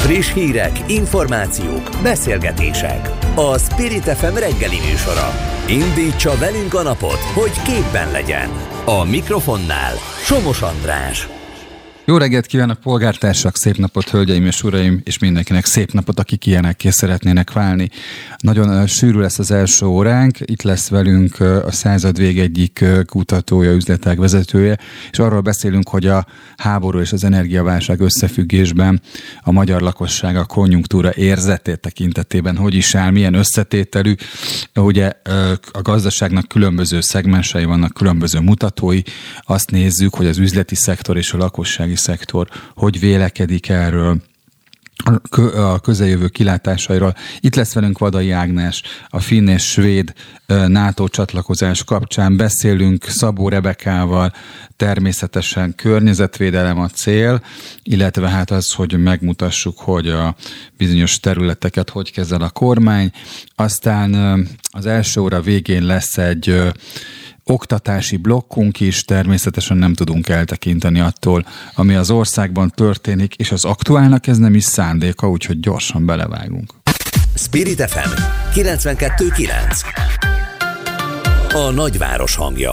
Friss hírek, információk, beszélgetések. A Spirit FM reggeli műsora. Indítsa velünk a napot, hogy képben legyen. A mikrofonnál Somos András. Jó reggelt kívánok, polgártársak, szép napot, hölgyeim és uraim, és mindenkinek szép napot, akik ilyenekké szeretnének válni. Nagyon sűrű lesz az első óránk, itt lesz velünk a századvég egyik kutatója, üzletág vezetője, és arról beszélünk, hogy a háború és az energiaválság összefüggésben a magyar lakosság a konjunktúra érzetét tekintetében hogy is áll, milyen összetételű. Ugye a gazdaságnak különböző szegmensei vannak, különböző mutatói. Azt nézzük, hogy az üzleti szektor és a lakossági szektor hogy vélekedik erről, a közeljövő kilátásairól. Itt lesz velünk Vadai Ágnes, a finn és svéd NATO csatlakozás kapcsán beszélünk Szabó Rebekával, természetesen környezetvédelem a cél, illetve hát az, hogy megmutassuk, hogy a bizonyos területeket hogy kezel a kormány. Aztán az első óra végén lesz egy oktatási blokkunk is, természetesen nem tudunk eltekinteni attól, ami az országban történik, és az aktuálnak ez nem is szándéka, úgyhogy gyorsan belevágunk. Spirit FM 92.9. A nagyváros hangja.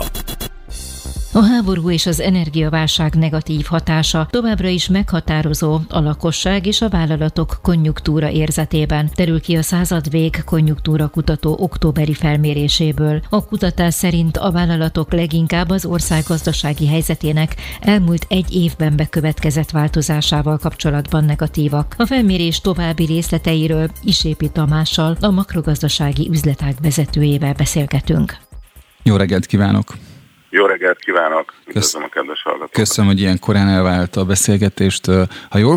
A háború és az energiaválság negatív hatása továbbra is meghatározó a lakosság és a vállalatok konjunktúra érzetében, derül ki a századvég konjunktúra kutató októberi felméréséből. A kutatás szerint a vállalatok leginkább az ország gazdasági helyzetének elmúlt egy évben bekövetkezett változásával kapcsolatban negatívak. A felmérés további részleteiről Isépi Tamással, a makrogazdasági üzletág vezetőjével beszélgetünk. Jó reggelt kívánok! Jó reggelt kívánok! Üdvözlöm a kedves hallgatókat! Köszönöm, hogy ilyen korán elvállalt a beszélgetést. Ha jól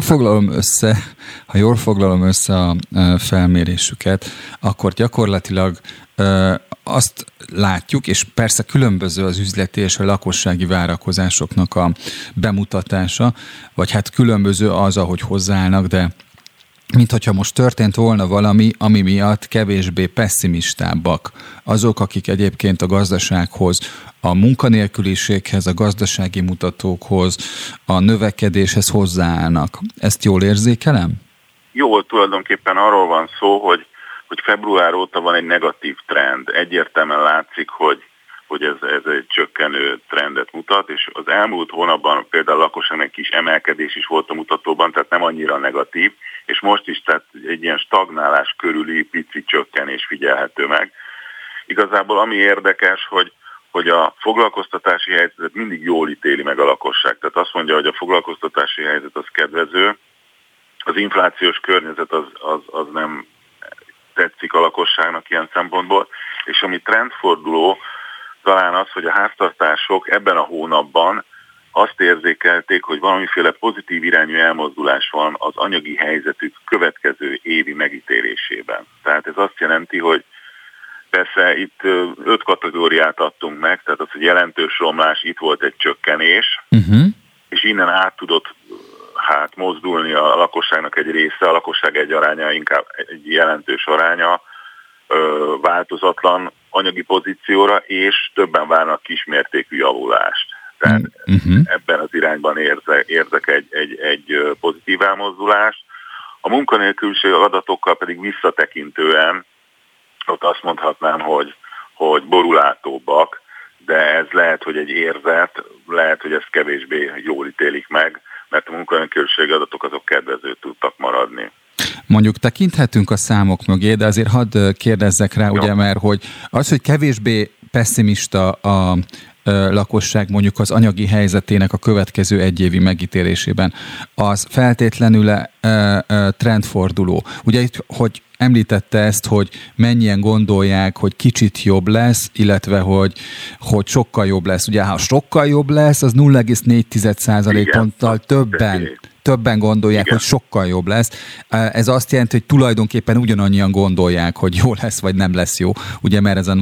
foglalom össze a felmérésüket, akkor gyakorlatilag azt látjuk, és persze különböző az üzleti és a lakossági várakozásoknak a bemutatása, vagy hát különböző az, ahogy hozzáállnak, de minthogyha most történt volna valami, ami miatt kevésbé pessimistábbak azok, akik egyébként a gazdasághoz, a munkanélküliséghez, a gazdasági mutatókhoz, a növekedéshez hozzáállnak. Ezt jól érzékelem? Jól, tulajdonképpen arról van szó, hogy február óta van egy negatív trend. Egyértelműen látszik, hogy ez egy csökkenő trendet mutat, és az elmúlt hónapban például a lakosságnak kis emelkedés is volt a mutatóban, tehát nem annyira negatív, és most is tehát egy ilyen stagnálás körüli pici csökkenés figyelhető meg. Igazából ami érdekes, hogy a foglalkoztatási helyzetet mindig jól ítéli meg a lakosság. Tehát azt mondja, hogy a foglalkoztatási helyzet az kedvező, az inflációs környezet az nem tetszik a lakosságnak ilyen szempontból, és ami trendforduló, talán az, hogy a háztartások ebben a hónapban azt érzékelték, hogy valamiféle pozitív irányú elmozdulás van az anyagi helyzetük következő évi megítélésében. Tehát ez azt jelenti, hogy persze itt 5 kategóriát adtunk meg, tehát az, hogy jelentős romlás, itt volt egy csökkenés, és innen át tudott mozdulni a lakosságnak egy része, a lakosság egy aránya, inkább egy jelentős aránya változatlan anyagi pozícióra, és többen várnak kismértékű javulást. Tehát ebben az irányban érzek egy pozitív elmozdulást. A munkanélküliség adatokkal pedig visszatekintően ott azt mondhatnám, hogy borulátóbbak, de ez lehet, hogy egy érzet, lehet, hogy ezt kevésbé jól ítélik meg, mert a munkanélküliség adatok azok kedvező tudtak maradni. Mondjuk tekinthetünk a számok mögé, de azért hadd kérdezzek rá, ugye, mert hogy az, hogy kevésbé pessimista a lakosság mondjuk az anyagi helyzetének a következő egyévi megítélésében, az feltétlenül trendforduló. Ugye itt, hogy említette ezt, hogy mennyien gondolják, hogy kicsit jobb lesz, illetve hogy sokkal jobb lesz. Ugye, ha sokkal jobb lesz, az 0,4% ponttal többen gondolják, hogy sokkal jobb lesz. Ez azt jelenti, hogy tulajdonképpen ugyanannyian gondolják, hogy jó lesz, vagy nem lesz jó. Ugye, mert ez a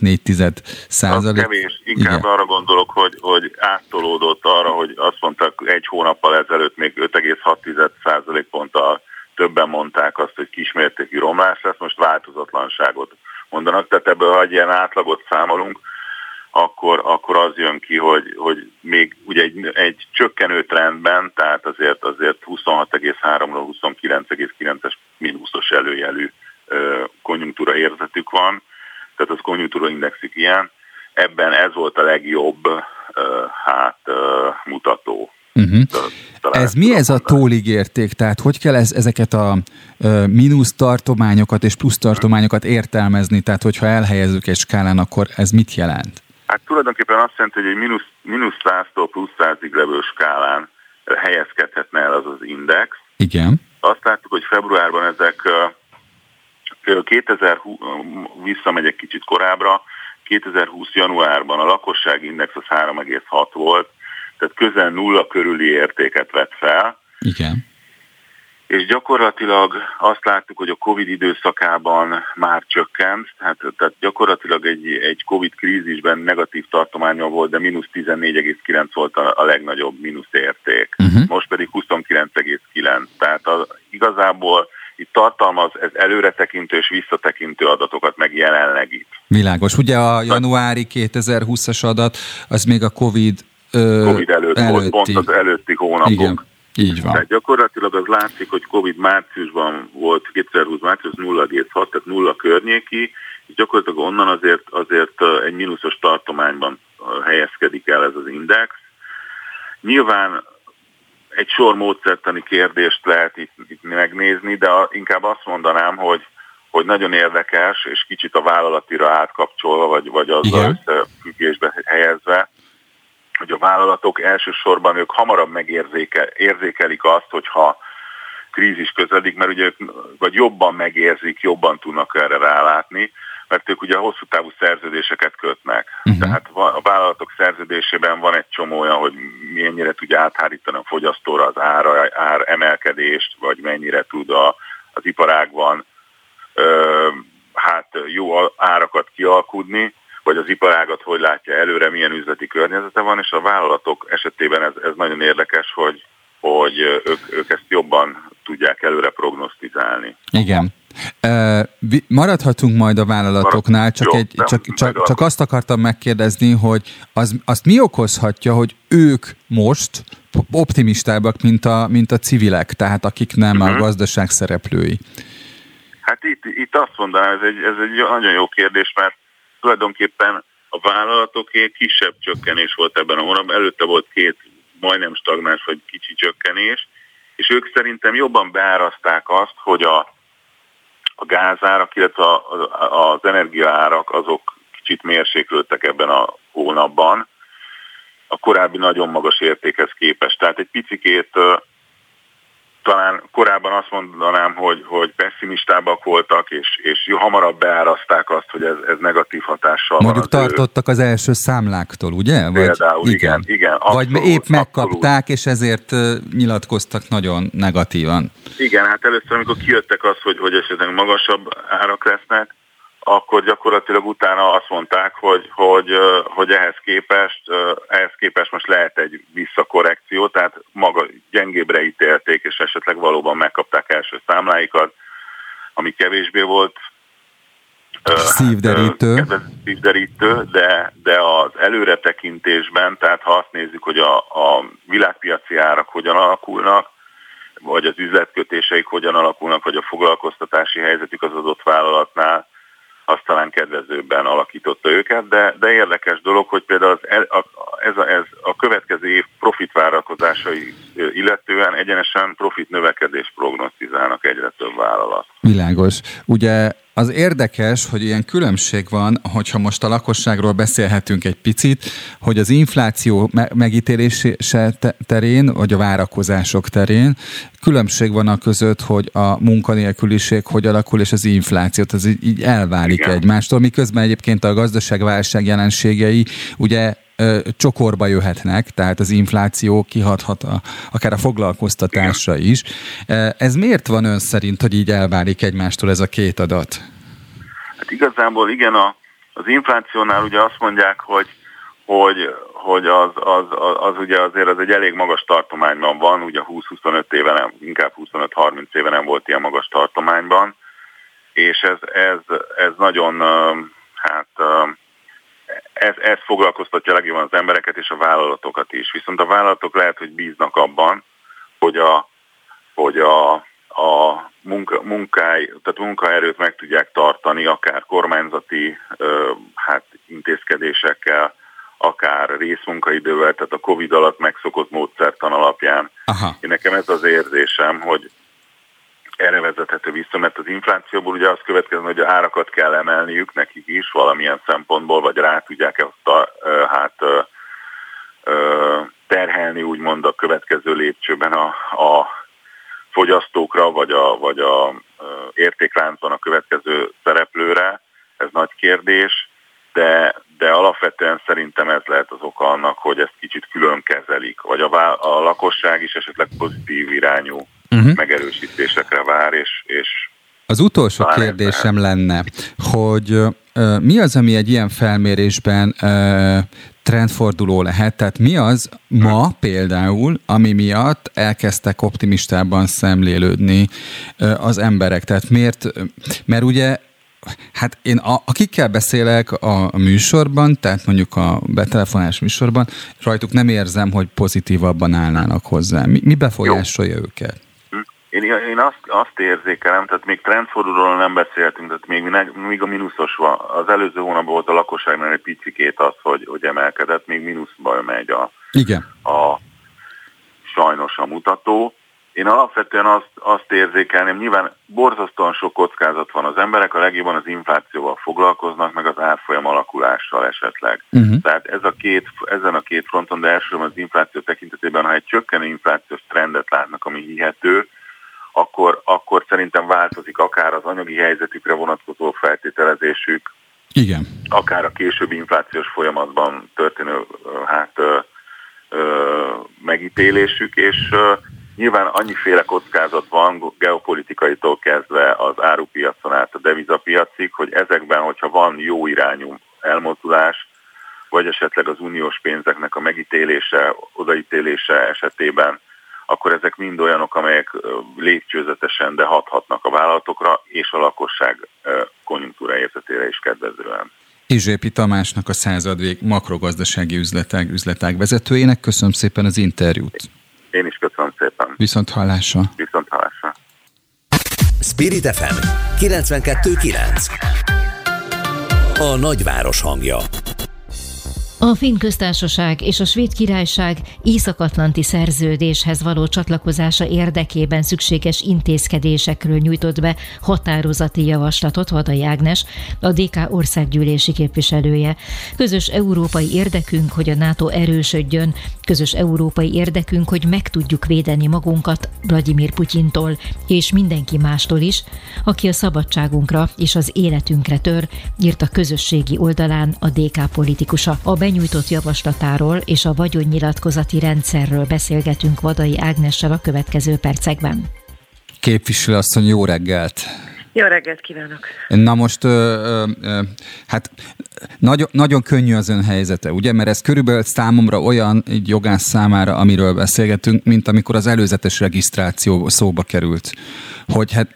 0,4%. Kevés. Inkább arra gondolok, hogy áttolódott arra, hogy azt mondták egy hónappal ezelőtt még 5,6% ponttal többen mondták azt, hogy kismértékű romlás lesz, most változatlanságot mondanak. Tehát ebből, ha egy ilyen átlagot számolunk, akkor az jön ki, hogy még ugye egy csökkenő trendben, tehát azért 26,3-ról 29,9-es mínuszos előjelű konjunktúra érzetük van, tehát az konjunktúra indexük ilyen. Ebben ez volt a legjobb mutató. Ez mi ez a tollig érték? Tehát hogy kell ezeket a mínusz tartományokat és plusz tartományokat értelmezni? Tehát hogyha elhelyezzük egy skálán, akkor ez mit jelent? Hát tulajdonképpen azt jelenti, hogy egy mínusz 100-tól plusz 100-ig levő skálán helyezkedhetne el az az index. Igen. Azt láttuk, hogy februárban ezek 2020, visszamegy egy kicsit korábbra, 2020 januárban a lakossági index az 3,6 volt, tehát közel nulla körüli értéket vett fel. Igen. És gyakorlatilag azt láttuk, hogy a Covid időszakában már csökkent, tehát gyakorlatilag egy Covid krízisben negatív tartománya volt, de mínusz 14,9 volt a legnagyobb mínusz érték. Most pedig 29,9. Tehát igazából itt tartalmaz ez előretekintő és visszatekintő adatokat, meg jelenlegit. Világos. Ugye a januári 2020-as adat, az még a Covid előtt volt, pont az előtti hónapok. Igen, így van. Tehát gyakorlatilag az látszik, hogy Covid márciusban volt, 2020 március 0,6, tehát nulla környéki, és gyakorlatilag onnan azért egy mínuszos tartományban helyezkedik el ez az index. Nyilván egy sor módszertani kérdést lehet itt megnézni, de inkább azt mondanám, hogy nagyon érdekes, és kicsit a vállalatira átkapcsolva, vagy azzal összefüggésbe helyezve, hogy a vállalatok elsősorban ők hamarabb érzékelik azt, hogyha krízis közeledik, mert ugye ők vagy jobban megérzik, jobban tudnak erre rálátni, mert ők ugye hosszú távú szerződéseket kötnek. Tehát a vállalatok szerződésében van egy csomó olyan, hogy mennyire tudja áthárítani a fogyasztóra az ár emelkedést, vagy mennyire tud az iparágban jó árakat kialkudni, vagy az iparágat hogy látja előre, milyen üzleti környezete van, és a vállalatok esetében ez nagyon érdekes, hogy ők ezt jobban tudják előre prognosztizálni. Igen. Maradhatunk majd a vállalatoknál, csak azt akartam megkérdezni, hogy azt mi okozhatja, hogy ők most optimistábbak, mint a civilek, tehát akik nem a gazdaság szereplői? Hát itt azt mondanám, ez egy nagyon jó kérdés, mert tulajdonképpen a vállalatoké kisebb csökkenés volt ebben a hónapban, előtte volt 2 majdnem stagnáns vagy kicsi csökkenés, és ők szerintem jobban beárazták azt, hogy a gázárak, illetve az energiaárak azok kicsit mérséklődtek ebben a hónapban a korábbi nagyon magas értékhez képest. Tehát egy picikét talán korábban azt mondanám, hogy pessimistábbak voltak, és hamarabb beárazták azt, hogy ez negatív hatással mondjuk van. Mondjuk tartottak az első számláktól, ugye? Például, igen. Vagy épp megkapták, és ezért nyilatkoztak nagyon negatívan. Igen, hát először, amikor kijöttek az, hogy esetleg magasabb árak lesznek, akkor gyakorlatilag utána azt mondták, hogy ehhez képest most lehet egy visszakorrekció, tehát maga gyengébbre ítélték, és esetleg valóban megkapták első számláikat, ami kevésbé volt szívderítő, de az előretekintésben, tehát ha azt nézzük, hogy a világpiaci árak hogyan alakulnak, vagy az üzletkötéseik hogyan alakulnak, vagy a foglalkoztatási helyzetük az adott vállalatnál, az talán kedvezőbben alakította őket, de érdekes dolog, hogy például ez a következő év profitvárakozásai illetően egyenesen profit növekedést prognosztizálnak egyre több vállalat. Világos. Ugye az érdekes, hogy ilyen különbség van, hogyha most a lakosságról beszélhetünk egy picit, hogy az infláció megítélése terén, vagy a várakozások terén különbség van a között, hogy a munkanélküliség hogy alakul, és az inflációt, az így elválik egymástól, miközben egyébként a gazdaságválság jelenségei ugye csokorba jöhetnek, tehát az infláció kihathat akár a foglalkoztatásra is. Ez miért van ön szerint, hogy így elválik egymástól ez a két adat? Hát igazából igen, az inflációnál ugye azt mondják, hogy az ugye azért az egy elég magas tartományban van, ugye 20-25 éve nem, inkább 25-30 éve nem volt ilyen magas tartományban, és ez nagyon ez foglalkoztatja legjobban az embereket és a vállalatokat is. Viszont a vállalatok lehet, hogy bíznak abban, hogy a munkaerőt meg tudják tartani, akár kormányzati intézkedésekkel, akár részmunkaidővel, tehát a Covid alatt megszokott módszertan alapján. Aha. Én nekem ez az érzésem, hogy erre vezethető vissza, mert az inflációból ugye az következő, hogy a árakat kell emelniük nekik is valamilyen szempontból, vagy rá tudják terhelni úgymond a következő lépcsőben a fogyasztókra, vagy a értékláncban a következő szereplőre. Ez nagy kérdés, de alapvetően szerintem ez lehet az oka annak, hogy ezt kicsit külön kezelik, vagy a lakosság is esetleg pozitív irányú megerősítésekre vár, és az utolsó kérdésem lenne, hogy mi az, ami egy ilyen felmérésben trendforduló lehet? Tehát mi az ma például, ami miatt elkezdtek optimistában szemlélődni az emberek? Tehát miért? Mert ugye hát én akikkel beszélek a műsorban, tehát mondjuk a betelefonás műsorban, rajtuk nem érzem, hogy pozitívabban állnának hozzá. Mi befolyásolja őket? Én azt érzékelem, tehát még trendfordulóról nem beszéltünk, tehát még a mínuszos van. Az előző hónapban volt a lakosságnál egy picikét az, hogy emelkedett, még mínuszban megy sajnos a mutató. Én alapvetően azt érzékelném, nyilván borzasztóan sok kockázat van. Az emberek a legjobban az inflációval foglalkoznak, meg az árfolyam alakulással esetleg. Tehát ezen a két fronton, de elsősorban az infláció tekintetében, ha egy csökkenő inflációs trendet látnak, ami hihető, akkor szerintem változik akár az anyagi helyzetükre vonatkozó feltételezésük, igen, akár a későbbi inflációs folyamatban történő megítélésük, és nyilván annyiféle kockázat van geopolitikaitól kezdve az árupiacon át a devizapiacig, hogy ezekben, hogyha van jó irányú elmozdulás, vagy esetleg az uniós pénzeknek a megítélése, odaítélése esetében, akkor ezek mind olyanok, amelyek lépcsőzetesen, de hathatnak a vállalatokra és a lakosság konjunktúra érzetére is kedvezően. Izsépi Tamásnak, a Századvég makrogazdasági üzletág vezetőjének köszönöm szépen az interjút. Én is köszönöm szépen. Viszont hallásra. Viszont hallásra. Spirit FM 92.9. A nagyváros hangja. A Finn Köztársaság és a Svéd Királyság Észak-atlanti szerződéshez való csatlakozása érdekében szükséges intézkedésekről nyújtott be határozati javaslatot Vadai Ágnes, a DK országgyűlési képviselője. Közös európai érdekünk, hogy a NATO erősödjön, közös európai érdekünk, hogy meg tudjuk védeni magunkat Vladimir Putyintól és mindenki mástól is, aki a szabadságunkra és az életünkre tör, írt a közösségi oldalán a DK politikusa. A benyújtott javaslatáról és a vagyonnyilatkozati rendszerről beszélgetünk Vadai Ágnessel a következő percekben. Képviselő asszony, jó reggelt! Jó reggelt kívánok! Na most, hát nagyon könnyű az ön helyzete, ugye? Mert ez körülbelül számomra olyan egy jogász számára, amiről beszélgetünk, mint amikor az előzetes regisztráció szóba került. Hogy hát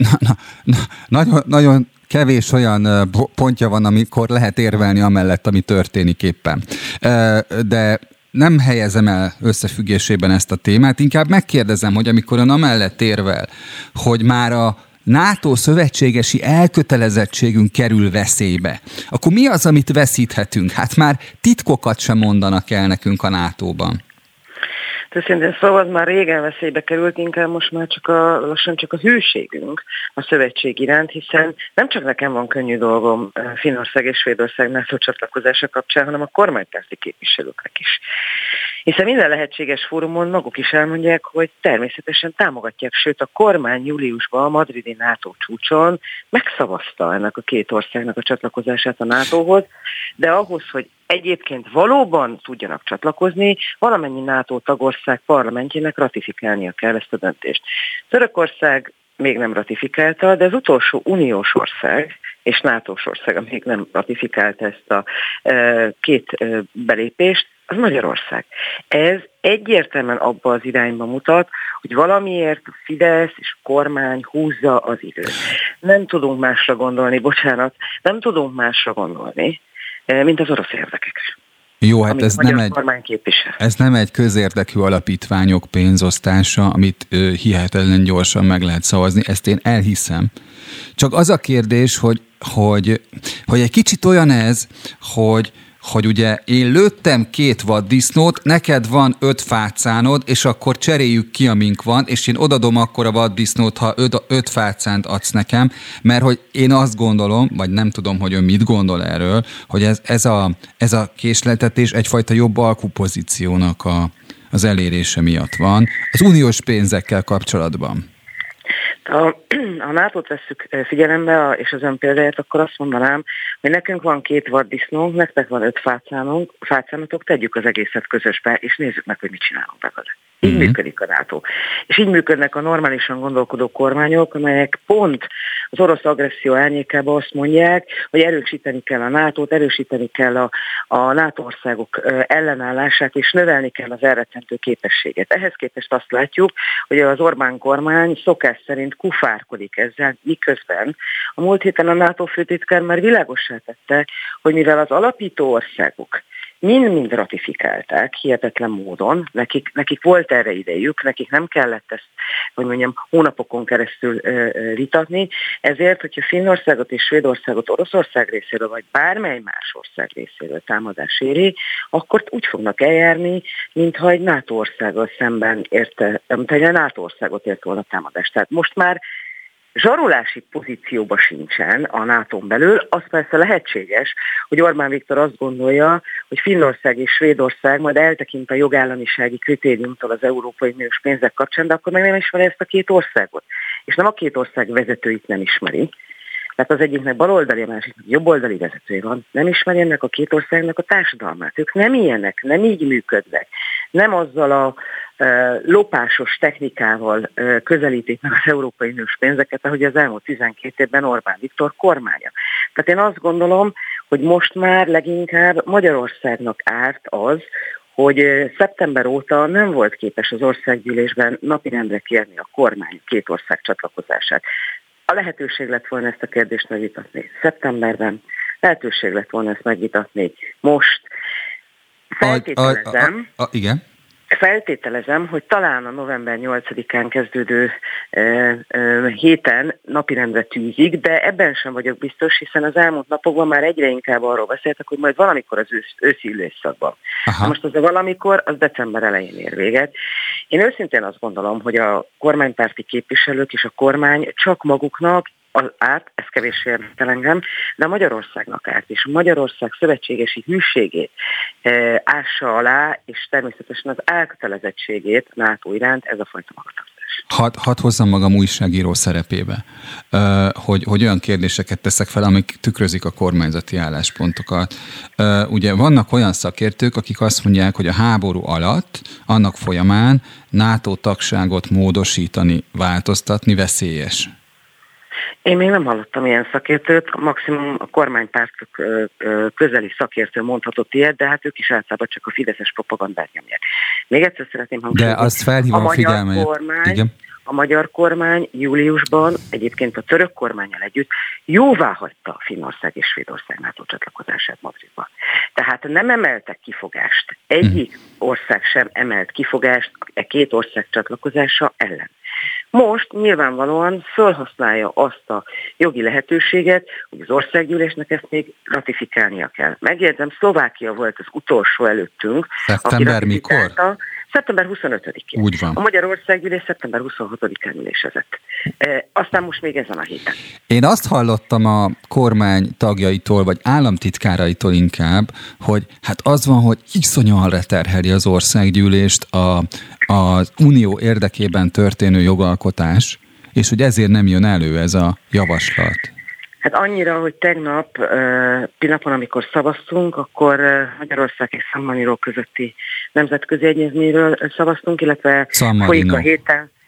nagyon kevés olyan pontja van, amikor lehet érvelni amellett, ami történik éppen. De nem helyezem el összefüggésében ezt a témát, inkább megkérdezem, hogy amikor ön amellett érvel, hogy már a NATO szövetségesi elkötelezettségünk kerül veszélybe, akkor mi az, amit veszíthetünk? Hát már titkokat sem mondanak el nekünk a NATO-ban. Szerintem szóval már régen veszélybe került, inkább most már lassan csak a hűségünk a szövetség iránt, hiszen nem csak nekem van könnyű dolgom Finnország és Svédország NATO csatlakozása kapcsán, hanem a kormánypárti képviselőknek is. Hiszen minden lehetséges fórumon maguk is elmondják, hogy természetesen támogatják, sőt a kormány júliusban a madridi NATO csúcson megszavazta ennek a két országnak a csatlakozását a NATO-hoz, de ahhoz, hogy egyébként valóban tudjanak csatlakozni, valamennyi NATO tagország parlamentjének ratifikálnia kell ezt a döntést. Törökország még nem ratifikálta, de az utolsó uniós ország és NATO-s ország, amelyik nem ratifikálta ezt a két belépést, az Magyarország. Ez egyértelműen abba az irányba mutat, hogy valamiért a Fidesz és a kormány húzza az időt. Nem tudunk másra gondolni, mint az orosz érdekekre. Jó, hát ez nem egy közérdekű alapítványok pénzosztása, amit hihetetlen gyorsan meg lehet szavazni, ezt én elhiszem. Csak az a kérdés, hogy egy kicsit olyan ez, hogy ugye én lőttem 2 vaddisznót, neked van 5 fácánod, és akkor cseréljük ki, amink van, és én odadom akkor a vaddisznót, ha 5 fácánt adsz nekem, mert hogy én azt gondolom, vagy nem tudom, hogy ön mit gondol erről, hogy ez a késletetés egyfajta jobb alkupozíciónak az elérése miatt van, az uniós pénzekkel kapcsolatban. Ha NATO-t vesszük figyelembe, és az ön példáját, akkor azt mondanám, hogy nekünk van 2 vaddisznónk, nektek van 5 fácánotok, tegyük az egészet közösbe, és nézzük meg, hogy mit csinálunk belőle. Így működik a NATO. És így működnek a normálisan gondolkodó kormányok, amelyek pont az orosz agresszió árnyékában azt mondják, hogy erősíteni kell a NATO-t, erősíteni kell a NATO országok ellenállását, és növelni kell az elrettentő képességet. Ehhez képest azt látjuk, hogy az Orbán kormány szokás szerint kufárkodik ezzel, miközben a múlt héten a NATO főtitkár már világossá tette, hogy mivel az alapító országok mind ratifikálták hihetetlen módon, nekik volt erre idejük, nekik nem kellett ezt, hogy mondjam, hónapokon keresztül vitatni, ezért, hogyha Finnországot és Svédországot Oroszország részéről, vagy bármely más ország részéről támadás éri, akkor úgy fognak eljárni, mintha egy NATO országgal szemben mintha egy NATO országot ért volna támadás. Tehát most már zsarolási pozícióba sincsen a NATO-n belül, az persze lehetséges, hogy Orbán Viktor azt gondolja, hogy Finnország és Svédország majd eltekint a jogállamisági kritériumtól az Európai Uniós pénzek kapcsán, de akkor meg nem ismeri ezt a 2 országot. És nem a 2 ország vezetőit nem ismeri. Tehát az egyiknek baloldali, a másiknak jobboldali vezetője van, nem ismeri ennek a 2 országnak a társadalmát. Ők nem ilyenek, nem így működnek. Nem azzal a lopásos technikával közelítik meg az Európai Uniós pénzeket, ahogy az elmúlt 12 évben Orbán Viktor kormánya. Tehát én azt gondolom, hogy most már leginkább Magyarországnak árt az, hogy szeptember óta nem volt képes az országgyűlésben napirendre kérni a kormány 2 ország csatlakozását. A lehetőség lett volna ezt a kérdést megvitatni szeptemberben, lehetőség lett volna ezt megvitatni most. Feltételezem, hogy talán a november 8-án kezdődő héten napirendre tűzik, de ebben sem vagyok biztos, hiszen az elmúlt napokban már egyre inkább arról beszéltek, hogy majd valamikor az őszi ülésszakban. Most az a valamikor, az december elején ér véget. Én őszintén azt gondolom, hogy a kormánypárti képviselők és a kormány csak maguknak az árt, ez kevéssé érdekel engem, de Magyarországnak árt, és Magyarország szövetségesi hűségét ássa alá, és természetesen az elkötelezettségét NATO iránt ez a fajta magatartás. Hadd hozzam magam újságíró szerepébe, hogy olyan kérdéseket teszek fel, amik tükrözik a kormányzati álláspontokat. Ugye vannak olyan szakértők, akik azt mondják, hogy a háború alatt, annak folyamán NATO tagságot módosítani, változtatni veszélyes. Én még nem hallottam ilyen szakértőt, maximum a kormánypártok közeli szakértő mondhatott ilyet, de hát ők is általában csak a fideszes propagandát nyomják. Még egyszer szeretném hangsúlyozni. De azt felhívom a figyelmet. A magyar kormány júliusban, egyébként a török kormánnyal együtt jóvá hagyta Finnország és Svédország NATO csatlakozását Madridban. Tehát nem emeltek kifogást. Egyik ország sem emelt kifogást e 2 ország csatlakozása ellen. Most nyilvánvalóan felhasználja azt a jogi lehetőséget, hogy az országgyűlésnek ezt még ratifikálnia kell. Megjegyzem, Szlovákia volt az utolsó előttünk. Szeptember mikor? Szeptember 25-én. Úgy van. A Magyar Országgyűlés szeptember 26-án ülésezett. Aztán most még ezen a héten. Én azt hallottam a kormány tagjaitól, vagy államtitkáraitól inkább, hogy hát az van, hogy iszonyúan leterheli az országgyűlést az unió érdekében történő jogalkotás, és hogy ezért nem jön elő ez a javaslat. Hát annyira, hogy tegnap pillanatban, amikor szavaztunk, akkor Magyarország és San Marino közötti nemzetközi egyezményről szavaztunk, illetve folyik a héten.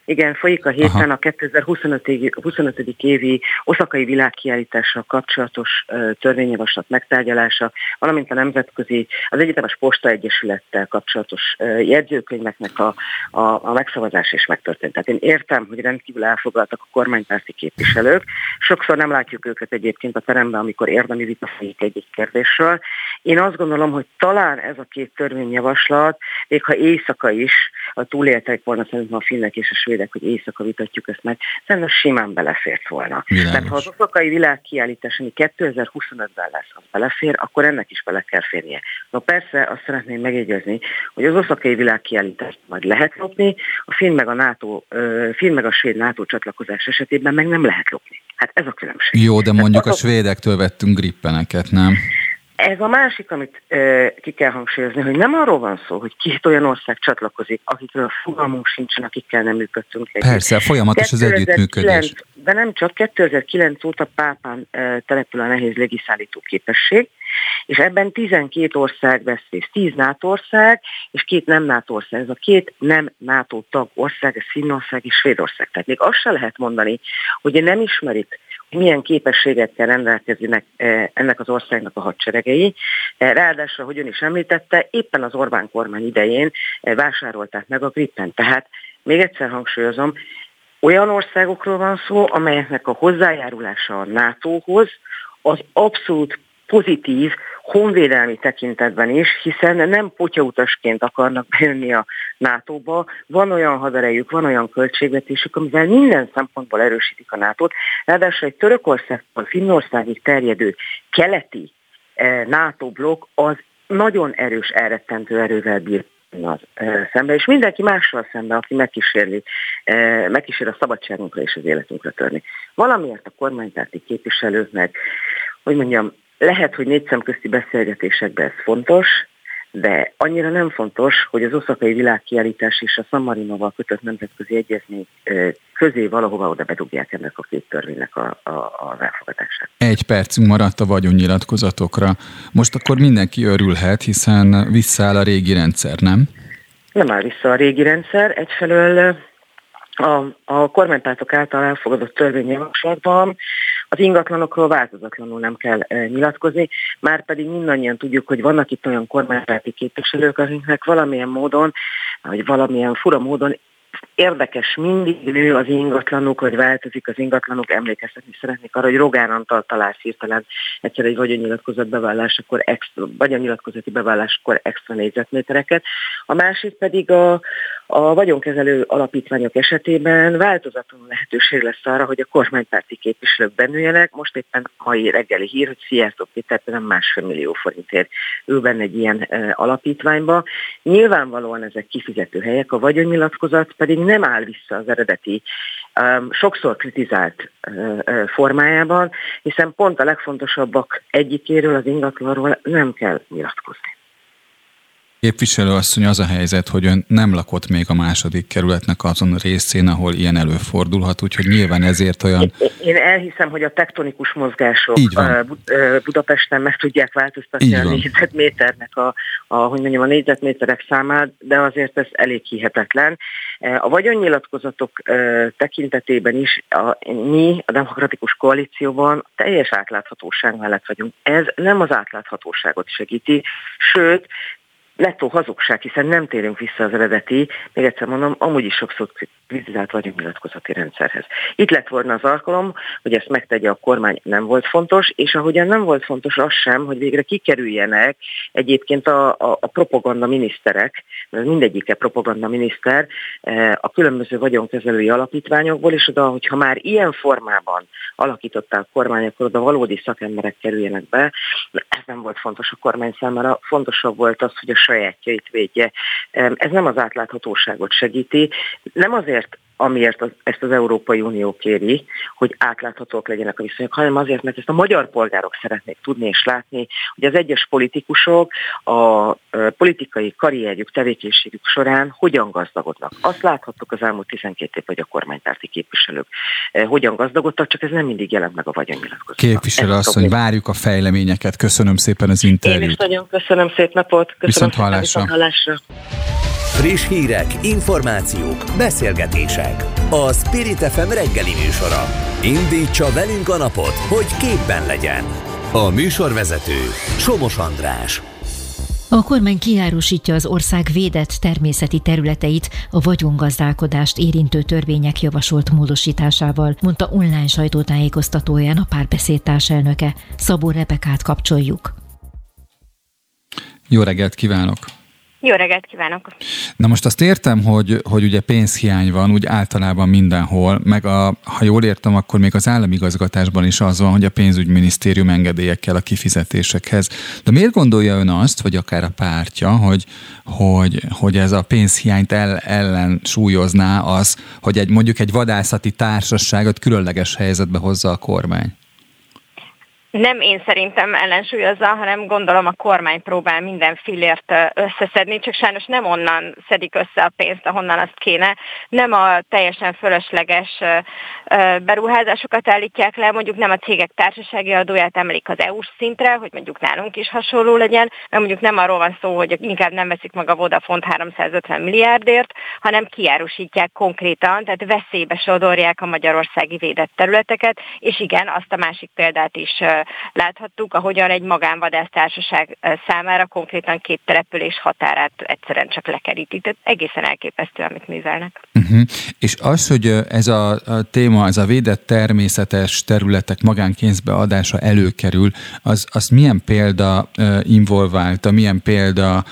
Igen, folyik a héten a 2025. évi oszakai világkiállítással kapcsolatos törvényjavaslat megtárgyalása, valamint a nemzetközi, az Egyetemes Posta Egyesülettel kapcsolatos jegyzőkönyveknek a megszavazás is megtörtént. Tehát én értem, hogy rendkívül elfoglaltak a kormánypárti képviselők. Sokszor nem látjuk őket egyébként a teremben, amikor érdemi vita folyik egy kérdésről. Én azt gondolom, hogy talán ez a két törvényjavaslat, még ha éjszaka is, a túléltek volna szerintem a finnek és a svédek, hogy éjszaka vitatjuk ezt meg, szerintem simán belefért volna. Tehát ha az oszakai világkiállítás, ami 2025-ben lesz, az belefér, akkor ennek is bele kell férnie. No persze, azt szeretném megjegyezni, hogy az oszakai világkiállítást majd lehet lopni, a finn meg a svéd NATO csatlakozás esetében meg nem lehet lopni. Hát ez a különbség. Jó, de mondjuk a svédektől vettünk grippeneket, nem? Ez a másik, amit ki kell hangsúlyozni, hogy nem arról van szó, hogy két olyan ország csatlakozik, akikről fogalmunk sincsen, akikkel nem működtünk együtt. Persze, folyamatos az együttműködés. De nem csak, 2009 óta Pápán települ a nehéz légiszállító képesség, és ebben 12 ország vesz részt, 10 NATO ország, és 2 nem NATO ország. Ez a 2 nem NATO tag ország, ez Finnország és Svédország. Tehát még azt se lehet mondani, hogy nem ismerik, hogy milyen képességekkel rendelkeznek ennek az országnak a hadseregei. Ráadásul, ahogy ön is említette, éppen az Orbán kormány idején vásárolták meg a Gripen. Tehát még egyszer hangsúlyozom, olyan országokról van szó, amelyeknek a hozzájárulása a NATO-hoz az abszolút pozitív honvédelmi tekintetben is, hiszen nem potyautasként akarnak bejönni a NATO-ba, van olyan haderejük, van olyan költségvetésük, amivel minden szempontból erősítik a NATO-t, ráadásul egy Törökországtól Finnországig terjedő keleti NATO blokk az nagyon erős elrettentő erővel bír szembe, és mindenki mással szembe, aki megkísér a szabadságunkra és az életünkre törni. Valamiért a kormánypárti képviselőknek, hogy mondjam, lehet, hogy négy szemközti beszélgetésekben ez fontos, de annyira nem fontos, hogy az oszakai világkiállítás és a San Marinoval kötött nemzetközi egyezmény közé valahova oda bedugják ennek a két törvénynek az elfogadását. 1 percünk maradt a vagyonnyilatkozatokra. Most akkor mindenki örülhet, hiszen visszaáll a régi rendszer, nem? Nem áll vissza a régi rendszer. Egyfelől a kormánypártok által elfogadott törvényjavaslatban az ingatlanokról változatlanul nem kell nyilatkozni, már pedig mindannyian tudjuk, hogy vannak itt olyan kormánypárti képviselők, akiknek valamilyen módon, vagy valamilyen fura módon érdekes, mindig nő az ingatlanuk, vagy változik az ingatlanuk. Emlékeztetni szeretnék arra, hogy Rogán Antal talált hirtelen egyszer egy vagyonnyilatkozati beváláskor extra négyzetmétereket. A másik pedig a vagyonkezelő alapítványok esetében változatlanul lehetőség lesz arra, hogy a kormánypárti képviselők bennüljenek. Most éppen mai reggeli hír, hogy Szijjártó Péter nem 1,5 millió forintért ül benne egy ilyen alapítványba. Nyilvánvalóan ezek kifizető helyek, a vagyonnyilatkozat pedig nem áll vissza az eredeti, sokszor kritizált formájában, hiszen pont a legfontosabbak egyikéről, az ingatlanról nem kell nyilatkozni. Képviselő asszony, az a helyzet, hogy ön nem lakott még a második kerületnek azon részén, ahol ilyen előfordulhat, úgyhogy nyilván ezért olyan... Én elhiszem, hogy a tektonikus mozgások Budapesten meg tudják változtatni a négyzetméternek a négyzetméterek számát, de azért ez elég hihetetlen. A vagyonnyilatkozatok tekintetében is mi a Demokratikus Koalícióban teljes átláthatóság mellett vagyunk. Ez nem az átláthatóságot segíti, sőt, nettó hazugság, hiszen nem térünk vissza az eredeti, még egyszer mondom, amúgy is sokszor kritizált vagyonnyilatkozati rendszerhez. Itt lett volna az alkalom, hogy ezt megtegye a kormány, nem volt fontos, és ahogyan nem volt fontos az sem, hogy végre kikerüljenek egyébként a propaganda miniszterek, mindegyike propaganda miniszter a különböző vagyonkezelői alapítványokból, és oda, hogyha már ilyen formában alakították a kormány, akkor oda valódi szakemberek kerüljenek be. Ez nem volt fontos a kormány számára, fontosabb volt az, hogy a sajátjait védje. Ez nem az átláthatóságot segíti, nem azért, amiért ezt az Európai Unió kéri, hogy átláthatók legyenek a viszonyok, hanem azért, mert ezt a magyar polgárok szeretnék tudni és látni, hogy az egyes politikusok a politikai karrierjük, tevékenységük során hogyan gazdagodnak. Azt láthattuk az elmúlt 12 év, hogy a kormánypárti képviselők hogyan gazdagodtak, csak ez nem mindig jelent meg a vagyonnyilatkozatban. Képviselő asszony, várjuk a fejleményeket. Köszönöm szépen az interjút. Én is nagyon köszönöm, szép napot. Köszönöm Viszont hallásra. Friss hírek, információk, beszélgetések. A Spirit FM reggeli műsora. Indítsa velünk a napot, hogy képben legyen. A műsorvezető Somos András. A kormány kiárusítja az ország védett természeti területeit a vagyongazdálkodást érintő törvények javasolt módosításával, mondta online sajtótájékoztatóján a Párbeszéd társelnöke. Szabó Rebekát kapcsoljuk. Jó reggelt kívánok! Jó reggelt kívánok! Na most azt értem, hogy ugye pénzhiány van úgy általában mindenhol, meg ha jól értem, akkor még az államigazgatásban is az van, hogy a pénzügyminisztérium engedélyekkel a kifizetésekhez. De miért gondolja ön azt, vagy akár a pártja, hogy ez a pénzhiányt ellensúlyozná az, hogy mondjuk egy vadászati társaságot különleges helyzetbe hozza a kormány? Nem én szerintem ellensúlyozza, hanem gondolom a kormány próbál minden fillért összeszedni, csak sajnos nem onnan szedik össze a pénzt, ahonnan azt kéne. Nem a teljesen fölösleges beruházásokat állítják le, mondjuk nem a cégek társasági adóját emelik az EU-s szintre, hogy mondjuk nálunk is hasonló legyen, mert mondjuk nem arról van szó, hogy inkább nem veszik meg a Vodafont 350 milliárdért, hanem kiárusítják konkrétan, tehát veszélybe sodorják a magyarországi védett területeket, és igen, azt a másik példát is láthattuk, ahogyan egy magánvadásztársaság számára konkrétan 2 település határát egyszerűen csak lekerítik. Tehát egészen elképesztő, amit művelnek. És az, hogy ez a téma, ez a védett természetes területek magánkézbe adása előkerül, az milyen példa involválta, milyen példa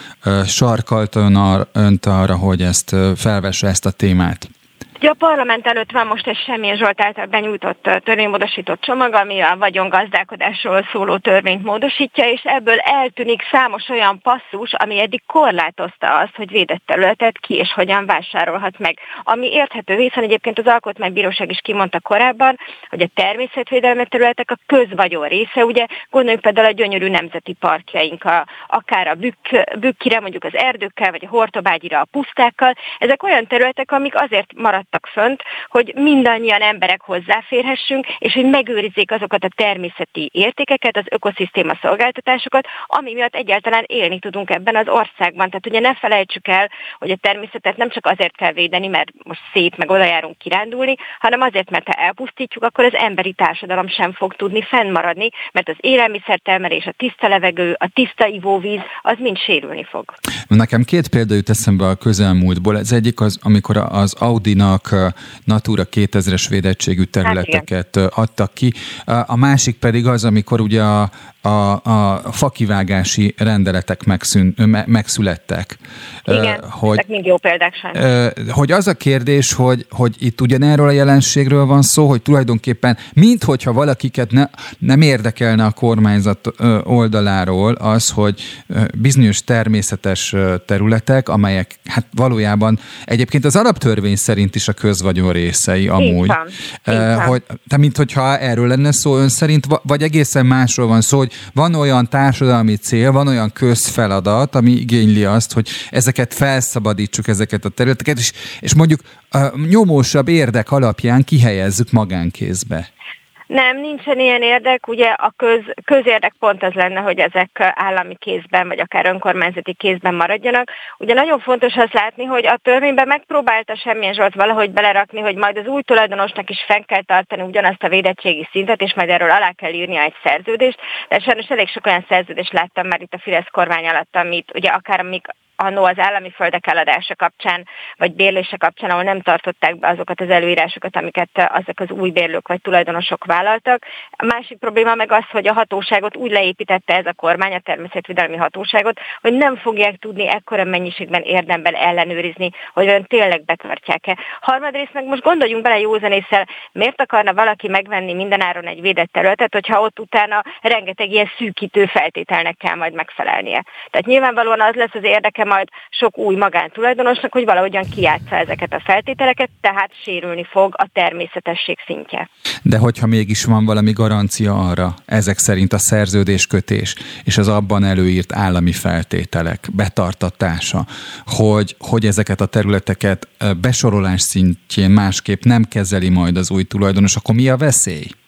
sarkalta önt arra, hogy ezt felvesse ezt a témát? A parlament előtt van most egy Semjén Zsolt által benyújtott törvénymódosított csomag, ami a vagyongazdálkodásról szóló törvényt módosítja, és ebből eltűnik számos olyan passzus, ami eddig korlátozta azt, hogy védett területet ki és hogyan vásárolhat meg. Ami érthető, hiszen egyébként az Alkotmánybíróság is kimondta korábban, hogy a természetvédelmi területek a közvagyon része, ugye gondoljunk például a gyönyörű nemzeti parkjaink, akár a Bükkire, mondjuk az erdőkkel, vagy a Hortobágyira a pusztákkal. Ezek olyan területek, amik azért maradtak fönt, hogy mindannyian emberek hozzáférhessünk, és hogy megőrizzék azokat a természeti értékeket, az ökoszisztéma szolgáltatásokat, ami miatt egyáltalán élni tudunk ebben az országban. Tehát ugye ne felejtsük el, hogy a természetet nem csak azért kell védeni, mert most szép, meg oda járunk kirándulni, hanem azért, mert ha elpusztítjuk, akkor az emberi társadalom sem fog tudni fennmaradni, mert az élelmiszertermelés, a tiszta levegő, a tiszta ivóvíz, az mind sérülni fog. Nekem 2 példa jut eszembe a közelmúltból. Ez egyik az, amikor az Audinak Natura 2000-es védettségű területeket adtak ki. A másik pedig az, amikor ugye a fakivágási rendeletek megszülettek. Igen, ezek mind jó példák sajnos. Hogy az a kérdés, hogy itt ugyanerről a jelenségről van szó, hogy tulajdonképpen minthogyha valakiket nem érdekelne a kormányzat oldaláról az, hogy bizonyos természetes területek, amelyek hát valójában egyébként az alaptörvény szerint is a közvagyon részei amúgy. Minthogyha erről lenne szó ön szerint, vagy egészen másról van szó, hogy van olyan társadalmi cél, van olyan közfeladat, ami igényli azt, hogy ezeket felszabadítsuk, ezeket a területeket, és mondjuk nyomósabb érdek alapján kihelyezzük magánkézbe. Nem, nincsen ilyen érdek, ugye a közérdek pont az lenne, hogy ezek állami kézben, vagy akár önkormányzati kézben maradjanak. Ugye nagyon fontos azt látni, hogy a törvényben megpróbálta Semjén Zsolt valahogy belerakni, hogy majd az új tulajdonosnak is fenn kell tartani ugyanazt a védettségi szintet, és majd erről alá kell írnia egy szerződést, de sajnos elég sok olyan szerződést láttam már itt a Fidesz kormány alatt, amit ugye akár amik annó az állami földek eladása kapcsán, vagy bérlése kapcsán, ahol nem tartották be azokat az előírásokat, amiket azok az új bérlők vagy tulajdonosok vállaltak. A másik probléma meg az, hogy a hatóságot úgy leépítette ez a kormány, a természetvédelmi hatóságot, hogy nem fogják tudni ekkora mennyiségben érdemben ellenőrizni, hogy olyan tényleg betartják-e. Harmadrészt meg most gondoljunk bele józanésszel, miért akarna valaki megvenni mindenáron egy védett területet, hogyha ott utána rengeteg ilyen szűkítő feltételnek kell majd megfelelnie. Tehát nyilvánvalóan az lesz az érdeke majd sok új magántulajdonosnak, hogy valahogyan kijátsza ezeket a feltételeket, tehát sérülni fog a természetesség szintje. De hogyha mégis van valami garancia arra, ezek szerint a szerződéskötés és az abban előírt állami feltételek betartatása, hogy ezeket a területeket besorolás szintjén másképp nem kezeli majd az új tulajdonos, akkor mi a veszély?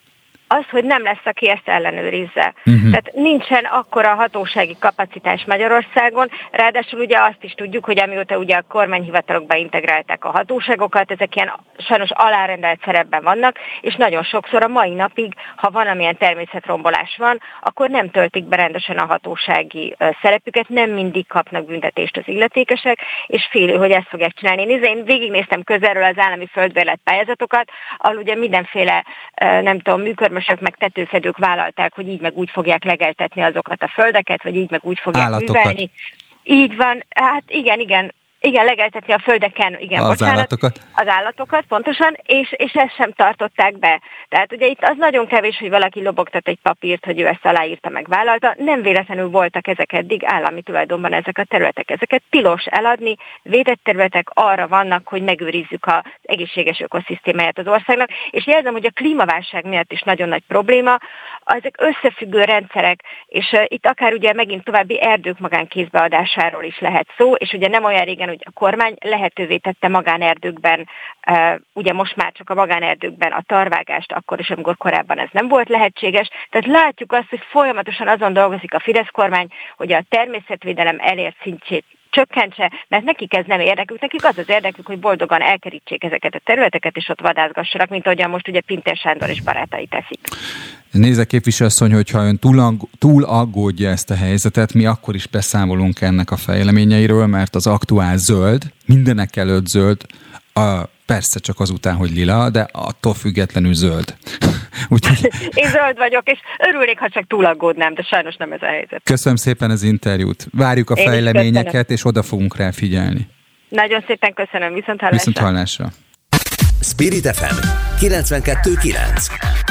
az, hogy nem lesz, aki ezt ellenőrizze. Tehát nincsen akkora hatósági kapacitás Magyarországon, ráadásul ugye azt is tudjuk, hogy amióta ugye a kormányhivatalokba integrálták a hatóságokat, ezek ilyen sajnos alárendelt szerepben vannak, és nagyon sokszor a mai napig, ha valamilyen természetrombolás van, akkor nem töltik be rendesen a hatósági szerepüket, nem mindig kapnak büntetést az illetékesek, és félő, hogy ezt fogják csinálni. Én végignéztem közelről az állami földbérlet pályázatokat, ahol ugye mindenféle, nem tudom, műkörmösök meg tetőfedők vállalták, hogy így meg úgy fogják legeltetni azokat a földeket, vagy így meg úgy fogják művelni. Így van, hát igen, legeltetni a földeken, az állatokat, pontosan, és ezt sem tartották be. Tehát ugye itt az nagyon kevés, hogy valaki lobogtat egy papírt, hogy ő ezt aláírta, meg vállalta. Nem véletlenül voltak ezek eddig állami tulajdonban ezek a területek. Ezeket tilos eladni, védett területek arra vannak, hogy megőrizzük az egészséges ökoszisztémáját az országnak. És jelzem, hogy a klímaválság miatt is nagyon nagy probléma, ezek összefüggő rendszerek, és itt akár ugye megint további erdők magánkézbeadásáról is lehet szó, és ugye nem olyan régen, hogy a kormány lehetővé tette magánerdőkben, ugye most már csak a magánerdőkben a tarvágást, akkor is, amikor korábban ez nem volt lehetséges. Tehát látjuk azt, hogy folyamatosan azon dolgozik a Fidesz kormány, hogy a természetvédelem elért szintjét csökkentse, mert nekik ez nem érdekük, nekik az az érdekük, hogy boldogan elkerítsék ezeket a területeket, és ott vadászgassanak, mint ahogyan most ugye Pintér Sándor és barátai teszik. Nézze, képviselőasszony, hogyha ön túl aggódja ezt a helyzetet, mi akkor is beszámolunk ennek a fejleményeiről, mert az aktuál zöld, mindenek előtt zöld, persze csak azután, hogy lila, de attól függetlenül zöld. Úgyhogy... Én zöld vagyok, és örülnék, ha csak túl aggódnám, de sajnos nem ez a helyzet. Köszönöm szépen az interjút. Várjuk a fejleményeket, és oda fogunk rá figyelni. Nagyon szépen köszönöm, viszonthallásra. Viszonthallásra. Spirit FM 92.9.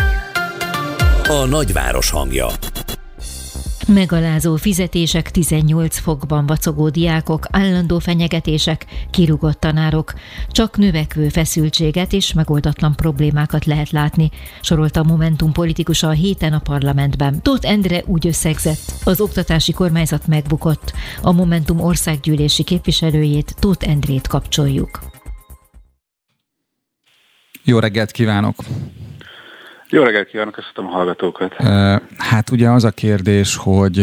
A nagyváros hangja. Megalázó fizetések, 18 fokban vacogó diákok, állandó fenyegetések, kirúgott tanárok. Csak növekvő feszültséget és megoldatlan problémákat lehet látni, sorolta a Momentum politikusa a héten a parlamentben. Tóth Endre úgy összegzett: az oktatási kormányzat megbukott. A Momentum országgyűlési képviselőjét, Tóth Endrét kapcsoljuk. Jó reggelt kívánok! Jó reggelt kívánok, köszönöm a hallgatókat. Hát ugye az a kérdés,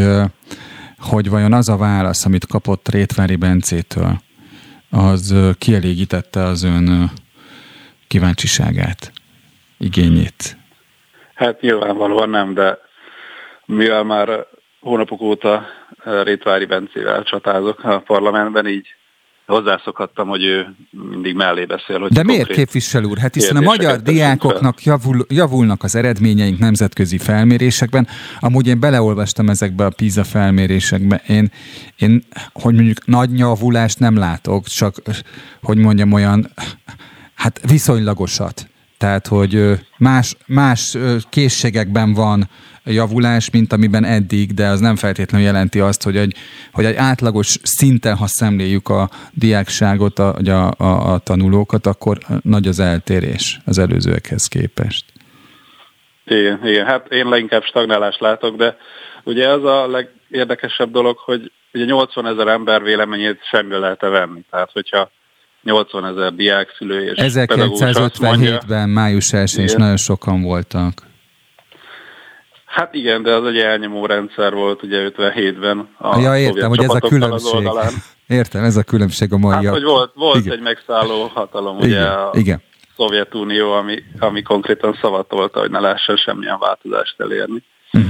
hogy vajon az a válasz, amit kapott Rétvári Bencétől, az kielégítette az ön kíváncsiságát, igényét? Hát nyilvánvalóan nem, de mivel már hónapok óta Rétvári Bencével csatázok a parlamentben, így hozzászokhattam, hogy ő mindig mellé beszél. Hogy de miért, képviselő úr? Hát hiszen a magyar diákoknak javulnak az eredményeink nemzetközi felmérésekben. Amúgy én beleolvastam ezekbe a PISA felmérésekbe. Én hogy mondjuk nagy javulást nem látok, csak hogy mondjam olyan, hát viszonylagosat. Tehát, hogy más készségekben van javulás, mint amiben eddig, de az nem feltétlenül jelenti azt, hogy egy átlagos szinten, ha szemléljük a diákságot, a tanulókat, akkor nagy az eltérés az előzőekhez képest. Igen, hát én leginkább stagnálást látok, de ugye az a legérdekesebb dolog, hogy ugye 80 000 ember véleményét semmi lehet venni. Tehát, hogyha 80 000 diákszülő és 1957-ben május 1-én is nagyon sokan voltak. Hát igen, de az egy elnyomó rendszer volt ugye 57-ben. Értem, hogy ez a különbség. Értem, ez a különbség a mai. Hát, hogy volt egy megszálló hatalom, ugye a Szovjetunió, ami konkrétan szavatolta, hogy ne lehessen semmilyen változást elérni.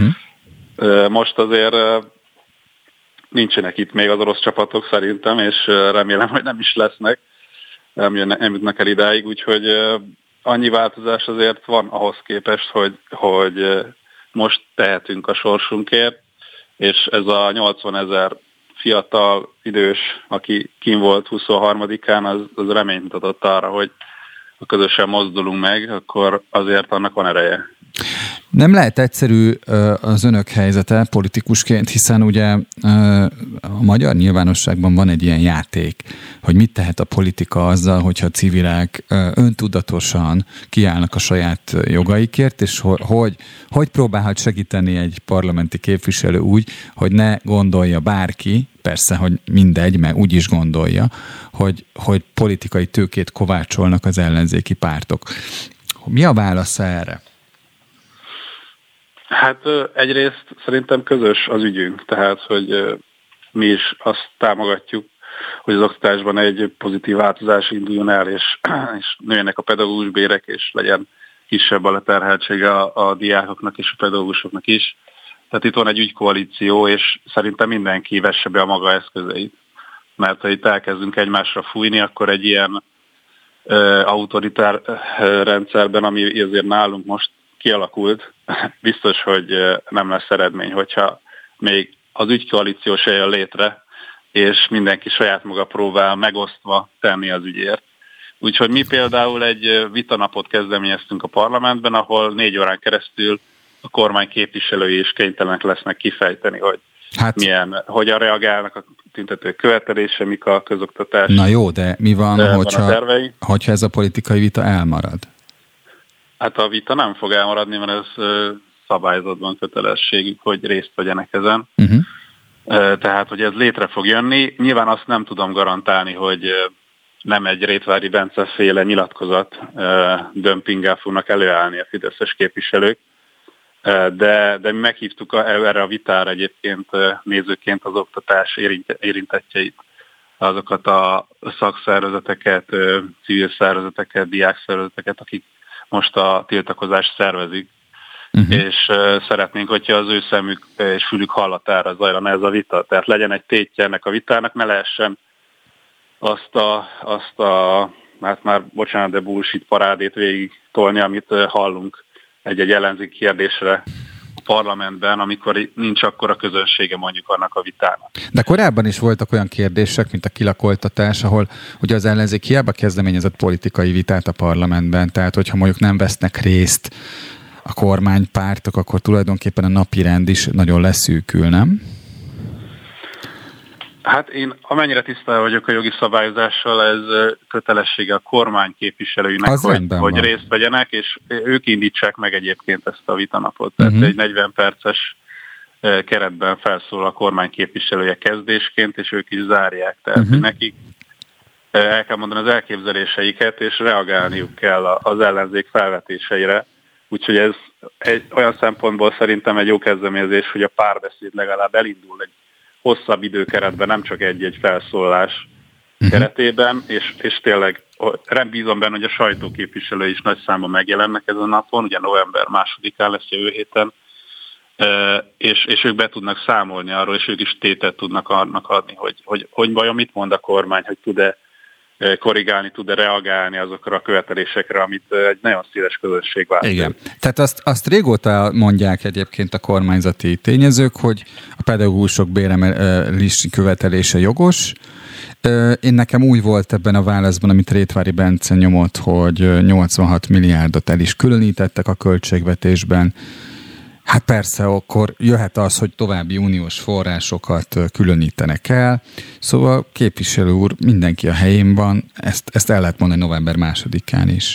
Most azért nincsenek itt még az orosz csapatok szerintem, és remélem, hogy nem is lesznek. Nem jutnak el idáig, úgyhogy annyi változás azért van ahhoz képest, hogy most tehetünk a sorsunkért, és ez a 80 000 fiatal, idős, aki kim volt 23-án, az reményt mutatott arra, hogy ha közösen mozdulunk meg, akkor azért annak van ereje. Nem lehet egyszerű az önök helyzete politikusként, hiszen ugye a magyar nyilvánosságban van egy ilyen játék, hogy mit tehet a politika azzal, hogyha civilek öntudatosan kiállnak a saját jogaikért, és hogy próbálhat segíteni egy parlamenti képviselő úgy, hogy ne gondolja bárki, persze, hogy mindegy, mert úgy is gondolja, hogy politikai tőkét kovácsolnak az ellenzéki pártok. Mi a válasz erre? Hát egyrészt szerintem közös az ügyünk, tehát hogy mi is azt támogatjuk, hogy az oktatásban egy pozitív változás induljon el, és nőjenek a pedagógus bérek, és legyen kisebb a leterheltsége a diákoknak és a pedagógusoknak is. Tehát itt van egy ügykoalíció, és szerintem mindenki vesse be a maga eszközeit. Mert ha itt elkezdünk egymásra fújni, akkor egy ilyen autoritár rendszerben, ami azért nálunk most kialakult, biztos, hogy nem lesz eredmény, hogyha még az ügykoalíció se jön létre, és mindenki saját maga próbál megosztva tenni az ügyért. Úgyhogy mi például egy vitanapot kezdeményeztünk a parlamentben, ahol 4 órán keresztül a kormány képviselői is kénytelenek lesznek kifejteni, hogy hogyan reagálnak a tüntetők követelése, mik a közoktatás. Na jó, de mi van, hogyha ez a politikai vita elmarad? Hát a vita nem fog elmaradni, mert ez szabályzatban kötelességük, hogy részt vegyenek ezen. Tehát, hogy ez létre fog jönni. Nyilván azt nem tudom garantálni, hogy nem egy Rétvári Bence féle nyilatkozat dömpinggel fognak előállni a fideszes képviselők, de mi meghívtuk erre a vitára egyébként nézőként az oktatás érintettjeit, azokat a szakszervezeteket, civil szervezeteket, diákszervezeteket, akik most a tiltakozást szervezik, és szeretnénk, hogyha az ő szemük és fülük hallatára zajlana ez a vita. Tehát legyen egy tétje ennek a vitának, ne lehessen azt a hát már bocsánat, de bullshit parádét végig tolni, amit hallunk egy ellenzéki kérdésre a parlamentben, amikor nincs akkora közönsége mondjuk annak a vitának. De korábban is voltak olyan kérdések, mint a kilakoltatás, ahol ugye az ellenzék hiába kezdeményezett politikai vitát a parlamentben, tehát hogyha mondjuk nem vesznek részt a kormánypártok, akkor tulajdonképpen a napirend is nagyon leszűkül, nem? Hát én amennyire tisztában vagyok a jogi szabályozással, ez kötelessége a kormány képviselőinek, hogy részt vegyenek, és ők indítsák meg egyébként ezt a vitanapot. Tehát egy 40 perces keretben felszól a kormány képviselője kezdésként, és ők is zárják. Tehát nekik el kell mondani az elképzeléseiket, és reagálniuk kell az ellenzék felvetéseire. Úgyhogy ez olyan szempontból szerintem egy jó kezdeményezés, hogy a párbeszéd legalább elindul egy hosszabb időkeretben, nem csak egy-egy felszólás keretében, és tényleg bízom benne, hogy a sajtóképviselői is nagy számban megjelennek ezen a napon, ugye november 2-án lesz jövő héten, és ők be tudnak számolni arról, és ők is tételt tudnak annak adni, hogy vajon mit mond a kormány, hogy tud-e korrigálni, tud-e reagálni azokra a követelésekre, amit egy nagyon széles közösség vált. Igen. Tehát azt régóta mondják egyébként a kormányzati tényezők, hogy a pedagógusok béremelési követelése jogos. Én nekem úgy volt ebben a válaszban, amit Rétvári Bence nyomott, hogy 86 milliárdot el is különítettek a költségvetésben. Hát persze, akkor jöhet az, hogy további uniós forrásokat különítenek el. Szóval képviselő úr, mindenki a helyén van, ezt el lehet mondani november 2-án is.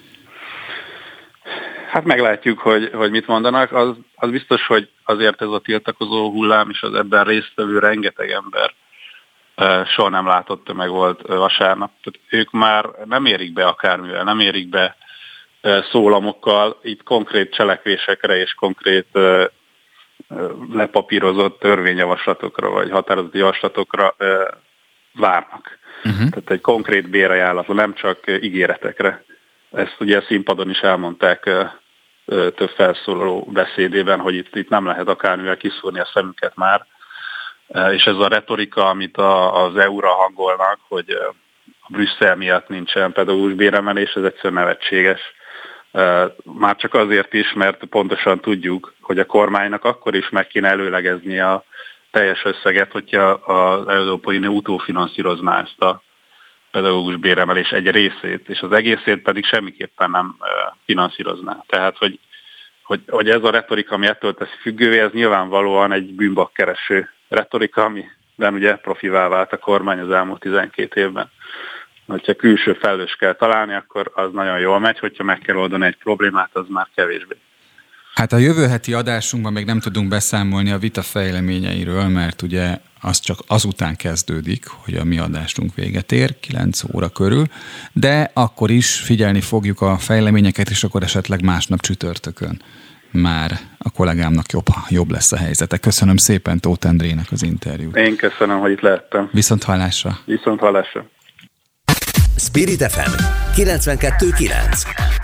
Hát meglátjuk, hogy mit mondanak. Az biztos, hogy azért ez a tiltakozó hullám és az ebben résztvevő rengeteg ember soha nem látott tömeg volt vasárnap. Tehát ők már nem érik be akármivel, nem érik be szólamokkal, itt konkrét cselekvésekre és konkrét lepapírozott törvényjavaslatokra vagy határozati javaslatokra várnak. Tehát egy konkrét bérajánlatra, nem csak ígéretekre. Ezt ugye a színpadon is elmondták több felszólaló beszédében, hogy itt nem lehet akármivel kiszúrni a szemünket már. És ez a retorika, amit az EU-ra hangolnak, hogy a Brüsszel miatt nincsen pedagógus béremelés, ez egyszerűen nevetséges. Már csak azért is, mert pontosan tudjuk, hogy a kormánynak akkor is meg kéne előlegezni a teljes összeget, hogyha az Európai Unió utófinanszírozná ezt a pedagógus béremelés egy részét, és az egészét pedig semmiképpen nem finanszírozná. Tehát, hogy ez a retorika, ami ettől teszi függővé, ez nyilvánvalóan egy bűnbakkereső retorika, amiben ugye profivá vált a kormány az elmúlt 12 évben. Hogyha külső felelős kell találni, akkor az nagyon jól megy, hogyha meg kell oldani egy problémát, az már kevésbé. Hát a jövő heti adásunkban még nem tudunk beszámolni a vita fejleményeiről, mert ugye az csak azután kezdődik, hogy a mi adásunk véget ér, 9 óra körül, de akkor is figyelni fogjuk a fejleményeket, és akkor esetleg másnap csütörtökön már a kollégámnak jobb lesz a helyzete. Köszönöm szépen Tóth Endrének az interjút. Én köszönöm, hogy itt lehettem. Viszont hallásra. Viszont hallásra. Spirit FM 92.9.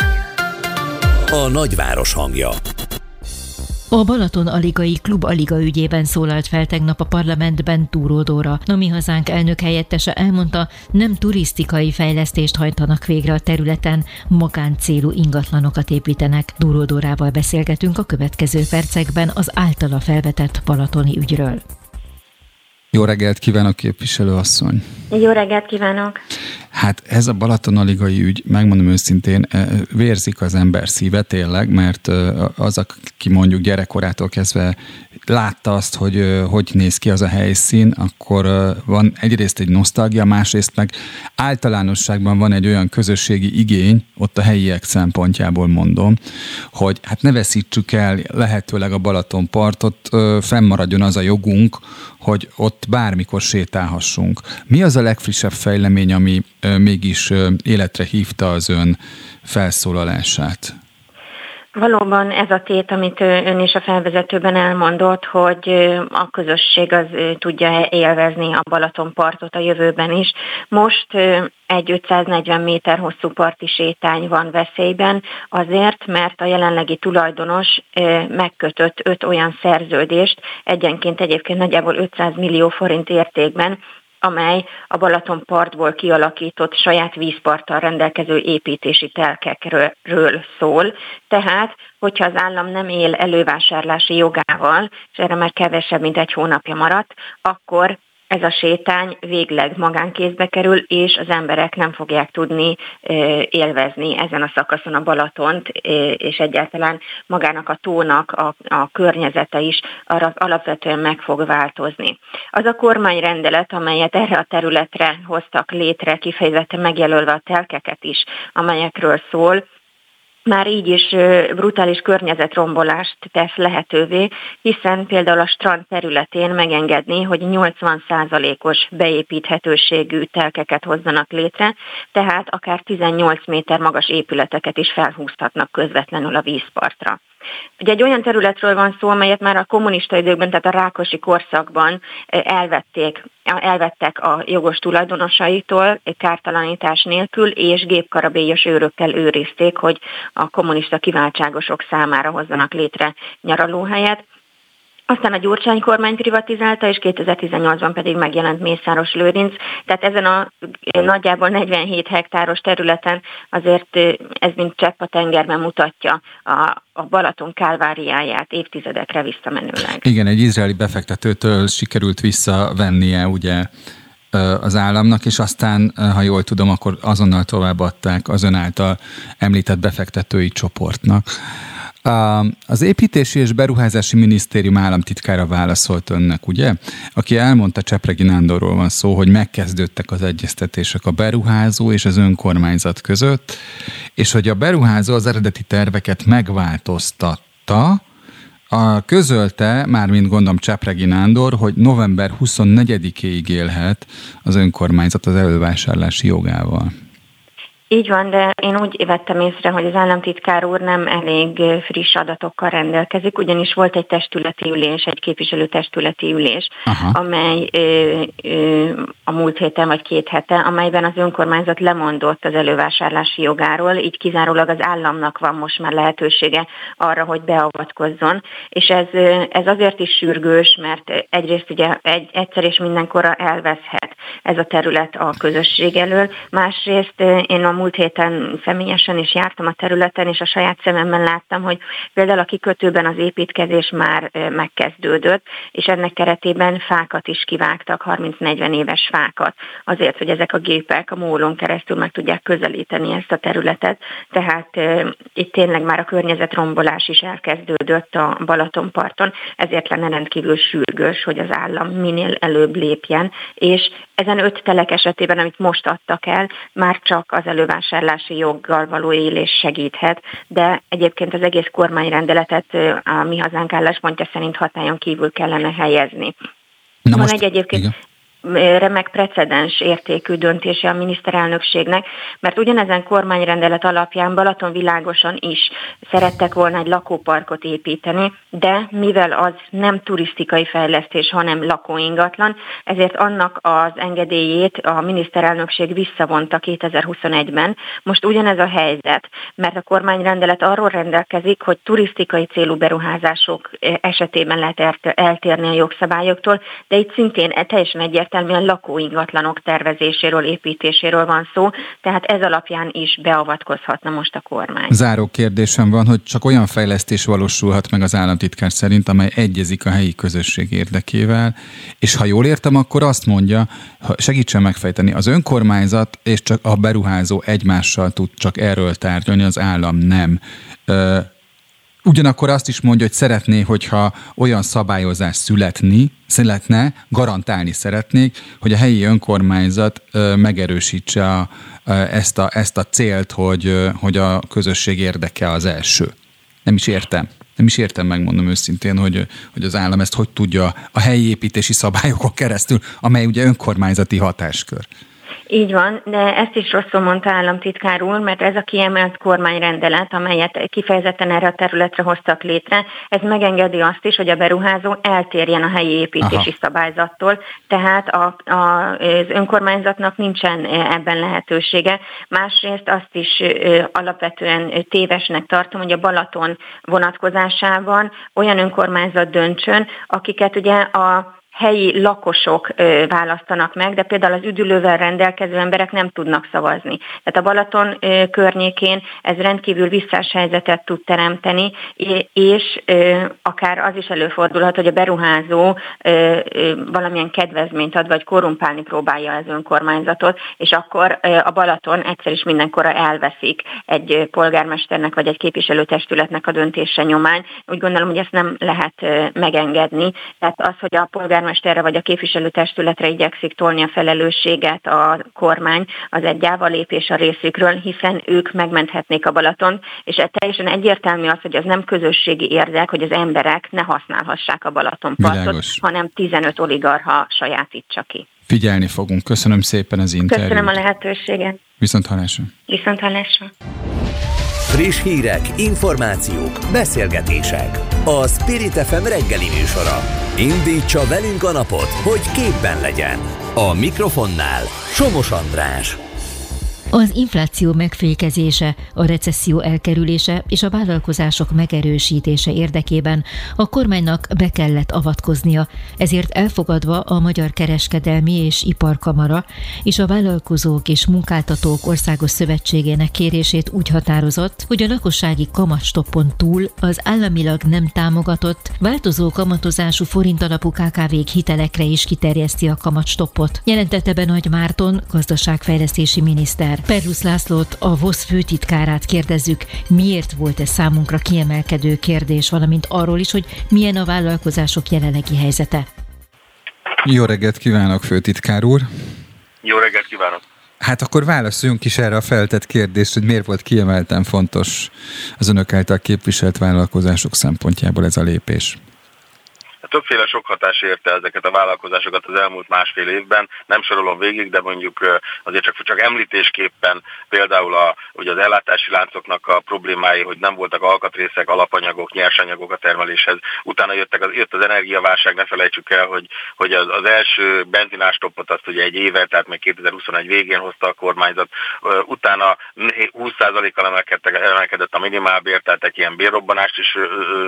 A nagyváros hangja. A Balaton Aligai Klub Aliga ügyében szólalt fel tegnap a parlamentben Túró Dóra. A Mi Hazánk elnök helyettese elmondta, nem turisztikai fejlesztést hajtanak végre a területen, magáncélú ingatlanokat építenek. Túró Dórával beszélgetünk a következő percekben az általa felvetett balatoni ügyről. Jó reggelt kívánok, képviselőasszony! Jó reggelt kívánok! Hát ez a Balatonaligai ügy, megmondom őszintén, vérzik az ember szíve tényleg, mert az, aki mondjuk gyerekkorától kezdve látta azt, hogy néz ki az a helyszín, akkor van egyrészt egy nosztalgia, másrészt meg általánosságban van egy olyan közösségi igény, ott a helyiek szempontjából mondom, hogy hát ne veszítsük el lehetőleg a Balatonpartot, fennmaradjon az a jogunk, hogy ott bármikor sétálhassunk. Mi az a legfrissebb fejlemény, ami mégis életre hívta az ön felszólalását? Valóban ez a tét, amit ön is a felvezetőben elmondott, hogy a közösség az tudja élvezni a Balatonpartot a jövőben is. Most egy 540 méter hosszú parti sétány van veszélyben, azért, mert a jelenlegi tulajdonos megkötött 5 olyan szerződést, egyenként egyébként nagyjából 500 millió forint értékben, amely a Balatonpartból kialakított saját vízparttal rendelkező építési telkekről szól. Tehát, hogyha az állam nem él elővásárlási jogával, és erre már kevesebb, mint 1 hónapja maradt, akkor ez a sétány végleg magánkézbe kerül, és az emberek nem fogják tudni élvezni ezen a szakaszon a Balatont, és egyáltalán magának a tónak a környezete is arra alapvetően meg fog változni. Az a kormányrendelet, amelyet erre a területre hoztak létre, kifejezetten megjelölve a telkeket is, amelyekről szól, már így is brutális környezetrombolást tesz lehetővé, hiszen például a strand területén megengedni, hogy 80%-os beépíthetőségű telkeket hozzanak létre, tehát akár 18 méter magas épületeket is felhúztatnak közvetlenül a vízpartra. Ugye egy olyan területről van szó, amelyet már a kommunista időkben, tehát a rákosi korszakban elvettek a jogos tulajdonosaitól kártalanítás nélkül, és gépkarabélyos őrökkel őrizték, hogy a kommunista kiváltságosok számára hozzanak létre nyaralóhelyet. Aztán a Gyurcsány kormány privatizálta, és 2018-ban pedig megjelent Mészáros Lőrinc. Tehát ezen a nagyjából 47 hektáros területen azért ez mint csepp a tengerben mutatja a Balaton kálváriáját évtizedekre visszamenőleg. Igen, egy izraeli befektetőtől sikerült visszavennie ugye az államnak, és aztán, ha jól tudom, akkor azonnal továbbadták az ön által említett befektetői csoportnak. Az Építési és Beruházási Minisztérium államtitkára válaszolt önnek, ugye? Aki elmondta, Csepregi Nándorról van szó, hogy megkezdődtek az egyeztetések a beruházó és az önkormányzat között, és hogy a beruházó az eredeti terveket megváltoztatta, közölte, mármint gondolom Csepregi Nándor, hogy november 24-éig élhet az önkormányzat az elővásárlási jogával. Így van, de én úgy vettem észre, hogy az államtitkár úr nem elég friss adatokkal rendelkezik, ugyanis volt egy testületi ülés, egy képviselőtestületi ülés, amely a múlt héten vagy 2 hete, amelyben az önkormányzat lemondott az elővásárlási jogáról, így kizárólag az államnak van most már lehetősége arra, hogy beavatkozzon, és ez azért is sürgős, mert egyrészt ugye egyszer és mindenkorra elveszhet ez a terület a közösség elől, másrészt én a múlt héten személyesen is jártam a területen, és a saját szememben láttam, hogy például a kikötőben az építkezés már megkezdődött, és ennek keretében fákat is kivágtak, 30-40 éves fákat, azért, hogy ezek a gépek a mólon keresztül meg tudják közelíteni ezt a területet. Tehát itt tényleg már a környezetrombolás is elkezdődött a Balatonparton, ezért lenne rendkívül sürgős, hogy az állam minél előbb lépjen, és ezen 5 telek esetében, amit most adtak el, már csak az elővásárlási joggal való élés segíthet, de egyébként az egész kormányrendeletet a Mi Hazánk álláspontja szerint hatályon kívül kellene helyezni. Van egy egyébként... remek precedens értékű döntése a miniszterelnökségnek, mert ugyanezen kormányrendelet alapján Balatonvilágoson is szerettek volna egy lakóparkot építeni, de mivel az nem turisztikai fejlesztés, hanem lakóingatlan, ezért annak az engedélyét a miniszterelnökség visszavonta 2021-ben. Most ugyanez a helyzet, mert a kormányrendelet arról rendelkezik, hogy turisztikai célú beruházások esetében lehet eltérni a jogszabályoktól, de itt szintén teljesen egyértelműen lakóingatlanok tervezéséről, építéséről van szó, tehát ez alapján is beavatkozhatna most a kormány. Záró kérdésem van, hogy csak olyan fejlesztés valósulhat meg az államtitkár szerint, amely egyezik a helyi közösség érdekével, és ha jól értem, akkor azt mondja, segítsen megfejteni, az önkormányzat és csak a beruházó egymással tud csak erről tárgyalni, az állam nem. Ugyanakkor azt is mondja, hogy szeretné, hogyha olyan szabályozás születne, garantálni szeretnék, hogy a helyi önkormányzat megerősítse ezt a célt, hogy a közösség érdeke az első. Nem is értem, megmondom őszintén, hogy az állam ezt hogy tudja a helyi építési szabályokon keresztül, amely ugye önkormányzati hatáskör. Így van, de ezt is rosszul mondta államtitkár úr, mert ez a kiemelt kormányrendelet, amelyet kifejezetten erre a területre hoztak létre, ez megengedi azt is, hogy a beruházó eltérjen a helyi építési szabályzattól, tehát az önkormányzatnak nincsen ebben lehetősége. Másrészt azt is alapvetően tévesnek tartom, hogy a Balaton vonatkozásában olyan önkormányzat döntsön, akiket ugye a helyi lakosok választanak meg, de például az üdülővel rendelkező emberek nem tudnak szavazni. Tehát a Balaton környékén ez rendkívül visszás helyzetet tud teremteni, és akár az is előfordulhat, hogy a beruházó valamilyen kedvezményt ad, vagy korrumpálni próbálja az önkormányzatot, és akkor a Balaton egyszer is mindenkorra elveszik egy polgármesternek, vagy egy képviselőtestületnek a döntése nyomán. Úgy gondolom, hogy ezt nem lehet megengedni. Tehát az, hogy a polgármesterre vagy a képviselőtestületre igyekszik tolni a felelősséget a kormány, az egy gyáva lépés a részükről, hiszen ők megmenthetnék a Balatont, és teljesen egyértelmű az, hogy az nem közösségi érdek, hogy az emberek ne használhassák a Balatonpartot, hanem 15 oligarcha sajátítsa ki. Figyelni fogunk. Köszönöm szépen az interjút. Köszönöm a lehetőséget. Viszonthallásra. Viszonthallásra. Friss hírek, információk, beszélgetések. A Spirit FM reggeli műsora. Indítsa velünk a napot, hogy képben legyen. A mikrofonnál Somos András. Az infláció megfékezése, a recesszió elkerülése és a vállalkozások megerősítése érdekében a kormánynak be kellett avatkoznia, ezért elfogadva a Magyar Kereskedelmi és Iparkamara és a Vállalkozók és Munkáltatók Országos Szövetségének kérését úgy határozott, hogy a lakossági kamatstoppon túl az államilag nem támogatott, változó kamatozású forintalapú KKV-k hitelekre is kiterjeszti a kamatstoppot, jelentette be Nagy Márton, gazdaságfejlesztési miniszter. Perrusz Lászlót, a VOSZ főtitkárát kérdezzük, miért volt ez számunkra kiemelkedő kérdés, valamint arról is, hogy milyen a vállalkozások jelenlegi helyzete. Jó reggelt kívánok, főtitkár úr! Jó reggelt kívánok! Hát akkor válaszoljunk is erre a feltett kérdést, hogy miért volt kiemelten fontos az önök által képviselt vállalkozások szempontjából ez a lépés. Többféle sok hatás érte ezeket a vállalkozásokat az elmúlt másfél évben, nem sorolom végig, de mondjuk azért csak említésképpen például ugye az ellátási láncoknak a problémái, hogy nem voltak alkatrészek, alapanyagok, nyersanyagok a termeléshez. Utána jött az energiaválság, ne felejtsük el, hogy az első benzinástoppot azt ugye egy éve, tehát még 2021 végén hozta a kormányzat. Utána 20%-kal emelkedett a minimálbér, tehát egy ilyen bérrobbanást is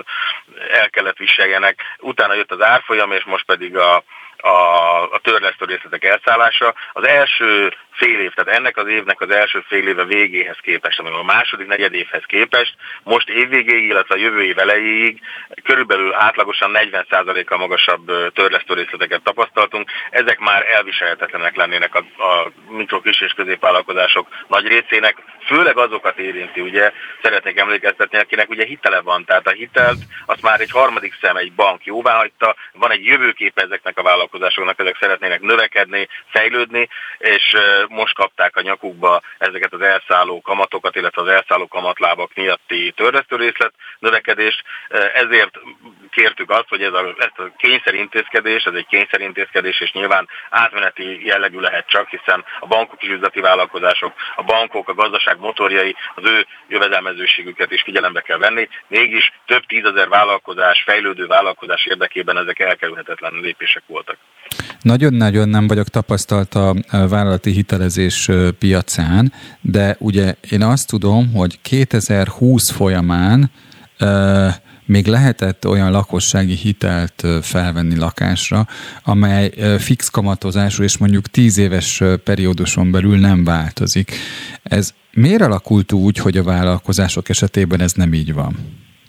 el kellett viseljenek. Utána jött az árfolyam, és most pedig a törlesztő részletek elszállása. Az első fél év, tehát ennek az évnek az első fél éve végéhez képest, a második negyedévhez képest, most évvégéig, illetve a jövő év elejéig körülbelül átlagosan 40%-kal magasabb törlesztő részleteket tapasztaltunk. Ezek már elviselhetetlenek lennének a mikro, kis és középvállalkozások nagy részének, főleg azokat érinti, ugye szeretnék emlékeztetni, akinek ugye hitele van, tehát a hitelt azt már egy harmadik szem, egy bank jóváhagyta, van egy jövőkép ezeknek a vállalkozásoknak, ezek szeretnének növekedni, fejlődni, és most kapták a nyakukba ezeket az elszálló kamatokat, illetve az elszálló kamatlábak miatti törlesztő részlet növekedést, ezért kértük azt, hogy ezt a kényszerintézkedés, ez egy kényszerintézkedés, és nyilván átmeneti jellegű lehet csak, hiszen a bankok is üzleti vállalkozások, a bankok, a gazdaság motorjai, az ő jövedelmezőségüket is figyelembe kell venni, mégis több tízezer vállalkozás, fejlődő vállalkozás érdekében ezek elkerülhetetlen lépések voltak. Nagyon-nagyon nem vagyok tapasztalt a vállalati hitelezés piacán, de ugye én azt tudom, hogy 2020 folyamán még lehetett olyan lakossági hitelt felvenni lakásra, amely fix kamatozású és mondjuk 10 éves perióduson belül nem változik. Ez miért alakult úgy, hogy a vállalkozások esetében ez nem így van?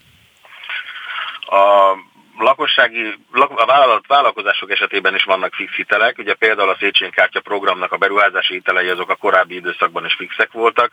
A vállalkozások esetében is vannak fix hitelek, ugye például a Széchenyi kártya programnak a beruházási hitelei azok a korábbi időszakban is fixek voltak,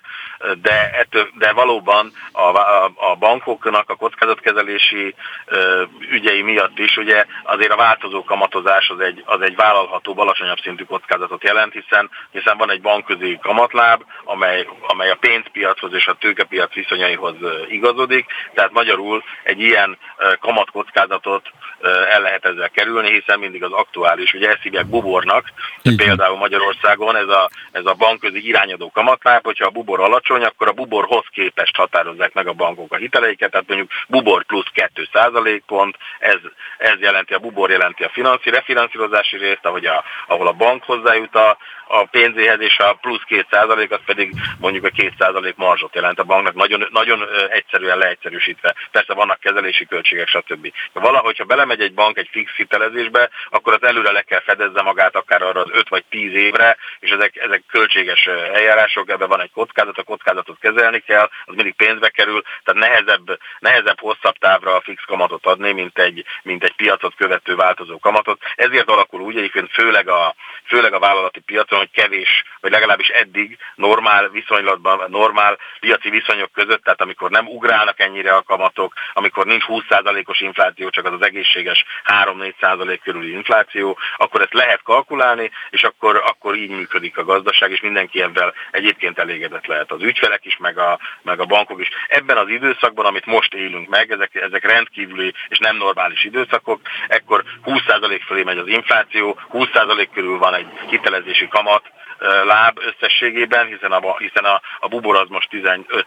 de valóban a bankoknak a kockázatkezelési ügyei miatt is ugye azért a változó kamatozás az egy vállalhatóbb, alacsonyabb szintű kockázatot jelent, hiszen van egy bankközi kamatláb, amely a pénzpiachoz és a tőkepiac viszonyaihoz igazodik, tehát magyarul egy ilyen kamatkockázatot el lehet ezzel kerülni, hiszen mindig az aktuális, ugye ezt hívják bubornak, például Magyarországon ez a bankközi irányadó kamatláb, hogyha a bubor alacsony, akkor a buborhoz képest határozzák meg a bankok a hiteleiket, tehát mondjuk bubor plusz 2% pont, ez jelenti, a bubor jelenti a refinanszírozási részt, ahol a bank hozzájut a pénzéhez, és a plusz 2% az pedig mondjuk a 2% marzsot jelent a banknak, nagyon, nagyon egyszerűen leegyszerűsítve. Persze vannak kezelési költségek, stb. Valahogy, ha belemegy egy bank egy fix hitelezésbe, akkor az előre le kell fedezze magát akár arra az 5 vagy 10 évre, és ezek költséges eljárások, ebben van egy kockázat, a kockázatot kezelni kell, az mindig pénzbe kerül, tehát nehezebb hosszabb távra a fix kamatot adni, mint egy piacot követő változó kamatot. Ezért alakul úgy egyébként főleg a vállalati piacon, hogy kevés, vagy legalábbis eddig normál viszonylatban, normál piaci viszonyok között, tehát amikor nem ugrálnak ennyire a kamatok, amikor nincs 20%-os infláció, csak az egészséges 3-4% körüli infláció, akkor ezt lehet kalkulálni, és akkor így működik a gazdaság, és mindenki ebben egyébként elégedett lehet. Az ügyfelek is, meg a bankok is. Ebben az időszakban, amit most élünk meg, ezek rendkívüli és nem normális időszakok, ekkor 20% fölé megy az infláció, 20% körül van egy hitelezési kamat láb összességében, hiszen a bubor az most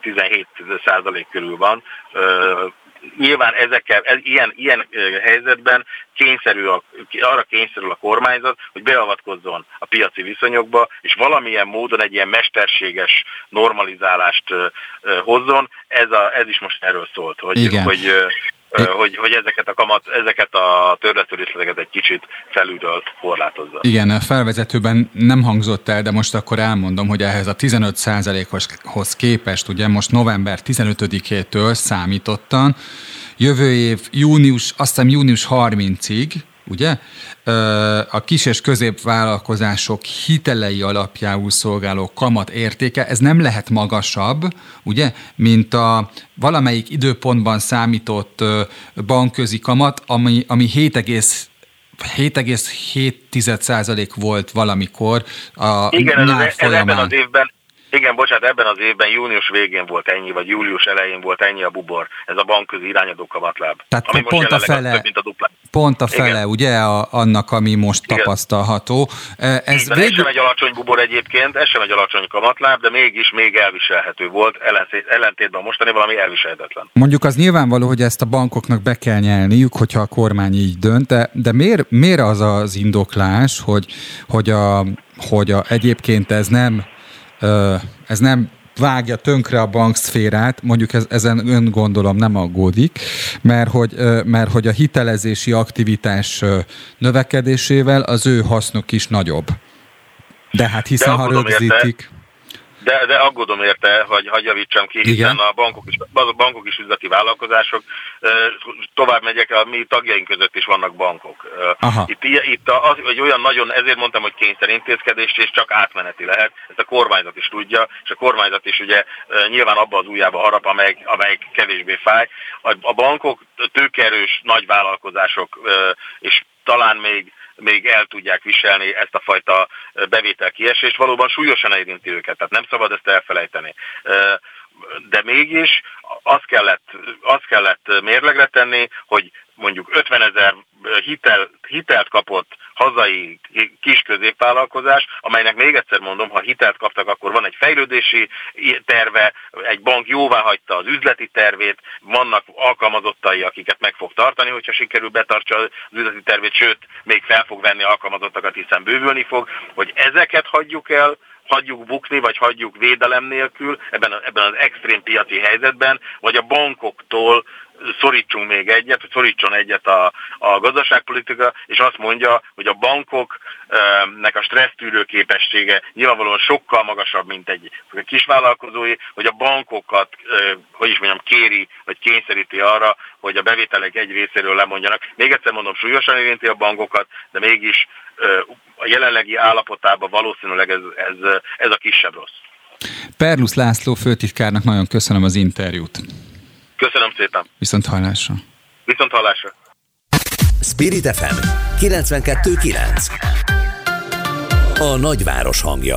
15-17% körül van. Nyilván ilyen helyzetben arra kényszerül a kormányzat, hogy beavatkozzon a piaci viszonyokba, és valamilyen módon egy ilyen mesterséges normalizálást hozzon. Ez is most erről szólt, hogy ezeket a törlesztő részleteket egy kicsit felülről korlátozza. Igen, a felvezetőben nem hangzott el, de most akkor elmondom, hogy ehhez a 15%-hoz képest, ugye most november 15-től számítottan, jövő év június 30-ig, ugye, a kis- és középvállalkozások hitelei alapjául szolgáló kamat értéke, ez nem lehet magasabb, ugye, mint a valamelyik időpontban számított bankközi kamat, ami 7,7% volt valamikor a nyár folyamán. Ebben az évben június végén volt ennyi, vagy július elején volt ennyi a bubor, ez a bankközi irányadó kamatláb. Tehát ami pont a fele, több, mint a duplán. Pont a fele, igen. Ugye, annak, ami most igen. tapasztalható. Ez sem egy alacsony bubor egyébként, ez sem egy alacsony kamatláb, de mégis még elviselhető volt, ellentétben mostani valami elviselhetetlen. Mondjuk az nyilvánvaló, hogy ezt a bankoknak be kell nyelniük, hogyha a kormány így dönt, de miért az az indoklás, hogy egyébként ez nem vágja tönkre a bankszférát, mondjuk ezen ön gondolom nem aggódik, mert hogy a hitelezési aktivitás növekedésével az ő hasznuk is nagyobb. De hát hiszen ha rögzítik... De aggódom érte, hogy javítsam ki, hiszen a bankok is üzleti vállalkozások, tovább megyek, a mi tagjaink között is vannak bankok. Itt olyan nagyon, ezért mondtam, hogy kényszerintézkedés, és csak átmeneti lehet, ezt a kormányzat is tudja, és a kormányzat is ugye nyilván abba az ujjába harap, amelyik kevésbé fáj. A bankok tőkeerős nagy vállalkozások, és talán még el tudják viselni ezt a fajta bevételkiesést, valóban súlyosan érinti őket, tehát nem szabad ezt elfelejteni. De mégis azt kellett mérlegre tenni, hogy mondjuk 50 000 hitelt kapott hazai kis középvállalkozás, amelynek még egyszer mondom, ha hitelt kaptak, akkor van egy fejlődési terve, egy bank jóvá hagyta az üzleti tervét, vannak alkalmazottai, akiket meg fog tartani, hogyha sikerül betartsa az üzleti tervét, sőt, még fel fog venni alkalmazottakat, hiszen bővülni fog, hogy ezeket hagyjuk bukni, vagy hagyjuk védelem nélkül ebben az extrém piaci helyzetben, vagy a bankoktól szorítsunk még egyet, vagy szorítson egyet a gazdaságpolitika, és azt mondja, hogy a bankoknak a stressztűrő képessége nyilvánvalóan sokkal magasabb, mint egy kisvállalkozói, hogy a bankokat, kéri, vagy kényszeríti arra, hogy a bevételek egy részéről lemondjanak. Még egyszer mondom, súlyosan érinti a bankokat, de mégis a jelenlegi állapotában valószínűleg ez a kisebb rossz. Perlusz László főtitkárnak nagyon köszönöm az interjút. Köszönöm szépen. Viszont hallásra. Viszont hallásra. Spirit FM 92.9. A nagyváros hangja.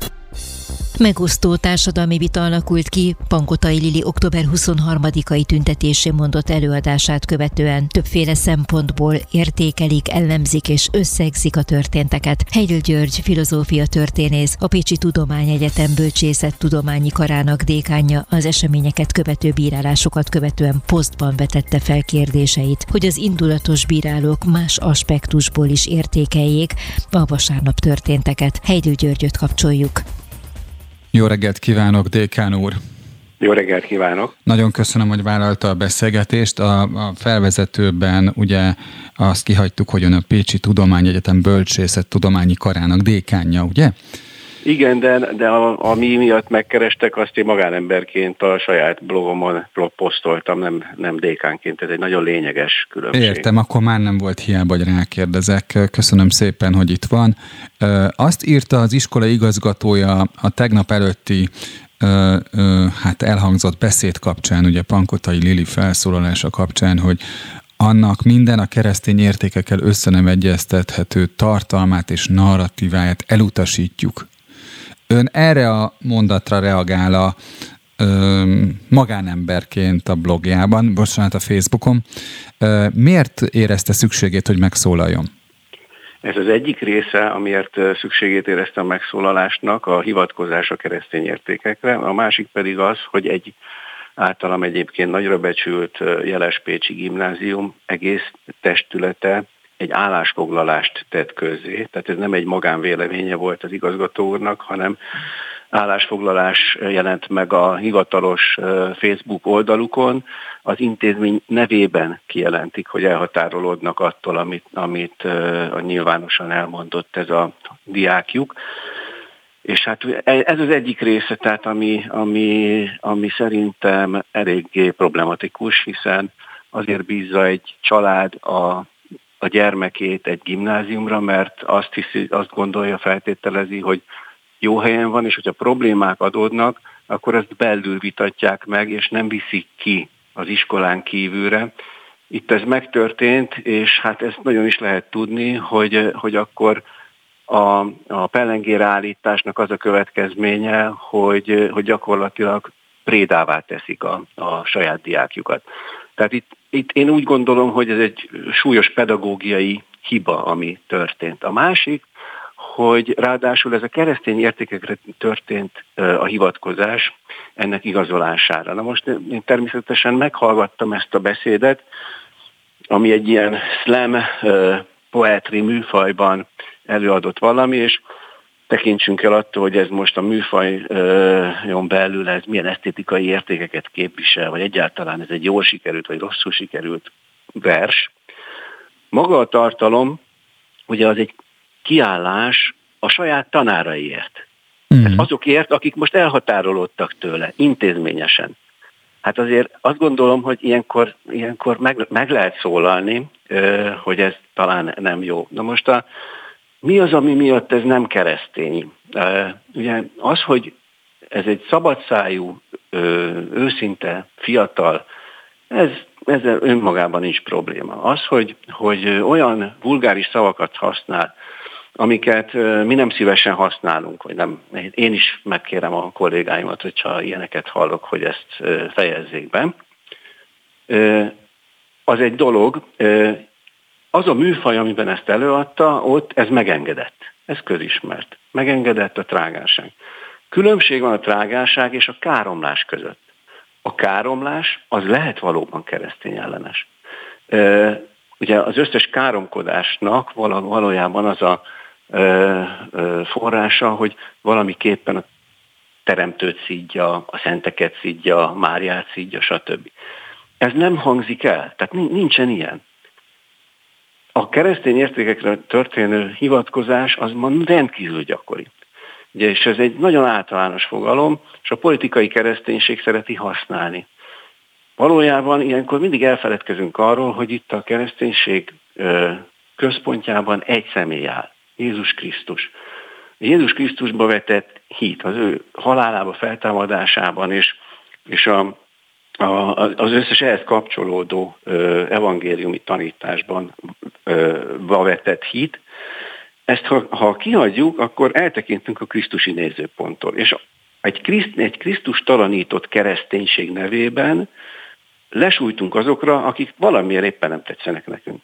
Megosztó társadalmi vita alakult ki Pankotai Lili október 23-ai tüntetésén mondott előadását követően. Többféle szempontból értékelik, elemzik és összegzik a történteket. Heidl György filozófia történész, a Pécsi Tudományegyetem Bölcsészettudományi Karának dékánja az eseményeket követő bírálásokat követően posztban vetette fel kérdéseit, hogy az indulatos bírálók más aspektusból is értékeljék a vasárnap történteket. Heidl Györgyöt kapcsoljuk. Jó reggelt kívánok, dékán úr! Jó reggelt kívánok! Nagyon köszönöm, hogy vállalta a beszélgetést. A felvezetőben ugye azt kihagytuk, hogy ön a Pécsi Tudományegyetem Bölcsészettudományi Karának dékánja, ugye? Igen, de ami miatt megkerestek, azt én magánemberként a saját blogomon posztoltam, nem dékánként. Ez egy nagyon lényeges különbség. Értem, akkor már nem volt hiába, hogy rákérdezek. Köszönöm szépen, hogy itt van. Azt írta az iskola igazgatója a tegnap előtti elhangzott beszéd kapcsán, ugye Pankotai Lili felszólalása kapcsán, hogy annak minden a keresztény értékekkel össze nem egyeztethető tartalmát és narratíváját elutasítjuk. Ön erre a mondatra reagál a magánemberként a blogjában, bocsánat, a Facebookon. Miért érezte szükségét, hogy megszólaljon? Ez az egyik része, amiért szükségét éreztem a megszólalásnak, a hivatkozás a keresztény értékekre. A másik pedig az, hogy egy általam egyébként nagyra becsült jeles pécsi gimnázium egész testülete egy állásfoglalást tett közzé. Tehát ez nem egy magánvéleménye volt az igazgató úrnak, hanem állásfoglalás jelent meg a hivatalos Facebook oldalukon. Az intézmény nevében kijelentik, hogy elhatárolódnak attól, amit nyilvánosan elmondott ez a diákjuk. És hát ez az egyik része, tehát ami szerintem eléggé problematikus, hiszen azért bízza egy család a gyermekét egy gimnáziumra, mert azt gondolja, feltételezi, hogy jó helyen van, és hogyha problémák adódnak, akkor ezt belül vitatják meg, és nem viszik ki az iskolán kívülre. Itt ez megtörtént, és hát ezt nagyon is lehet tudni, hogy akkor a pellengére állításnak az a következménye, hogy gyakorlatilag prédává teszik a saját diákjukat. Tehát itt én úgy gondolom, hogy ez egy súlyos pedagógiai hiba, ami történt. A másik, hogy ráadásul ez a keresztény értékekre történt a hivatkozás ennek igazolására. Na most én természetesen meghallgattam ezt a beszédet, ami egy ilyen slam poetry műfajban előadott valami, és tekintsünk el attól, hogy ez most a műfajon belül ez milyen esztétikai értékeket képvisel, vagy egyáltalán ez egy jól sikerült, vagy rosszul sikerült vers. Maga a tartalom, ugye az egy kiállás a saját tanáraiért. Tehát azokért, akik most elhatárolódtak tőle, intézményesen. Hát azért azt gondolom, hogy ilyenkor meg lehet szólalni, hogy ez talán nem jó. Na most mi az, ami miatt ez nem keresztény? Ugye az, hogy ez egy szabadszájú, őszinte, fiatal, ezzel önmagában nincs probléma. Az, hogy olyan vulgáris szavakat használ, amiket mi nem szívesen használunk, vagy nem. Én is megkérem a kollégáimat, hogyha ilyeneket hallok, hogy ezt fejezzék be. az egy dolog, az a műfaj, amiben ezt előadta, ott ez megengedett. Ez közismert. Megengedett a trágárság. Különbség van a trágárság és a káromlás között. A káromlás az lehet valóban keresztény ellenes. Ugye az összes káromkodásnak valójában az a forrása, hogy valamiképpen a teremtőt szidja, a szenteket szidja, Máriát szidja, stb. Ez nem hangzik el, tehát nincsen ilyen. A keresztény értékekre történő hivatkozás az ma rendkívül gyakori. Ugye, és ez egy nagyon általános fogalom, és a politikai kereszténység szereti használni. Valójában ilyenkor mindig elfeledkezünk arról, hogy itt a kereszténység központjában egy személy áll, Jézus Krisztus. Jézus Krisztusba vetett hit, az ő halálába, feltámadásában és az összes ehhez kapcsolódó evangéliumi tanításban vetett hit, ezt ha kihagyjuk, akkor eltekintünk a krisztusi nézőponttól. És egy Krisztus talanított kereszténység nevében lesújtunk azokra, akik valamiért éppen nem tetszenek nekünk.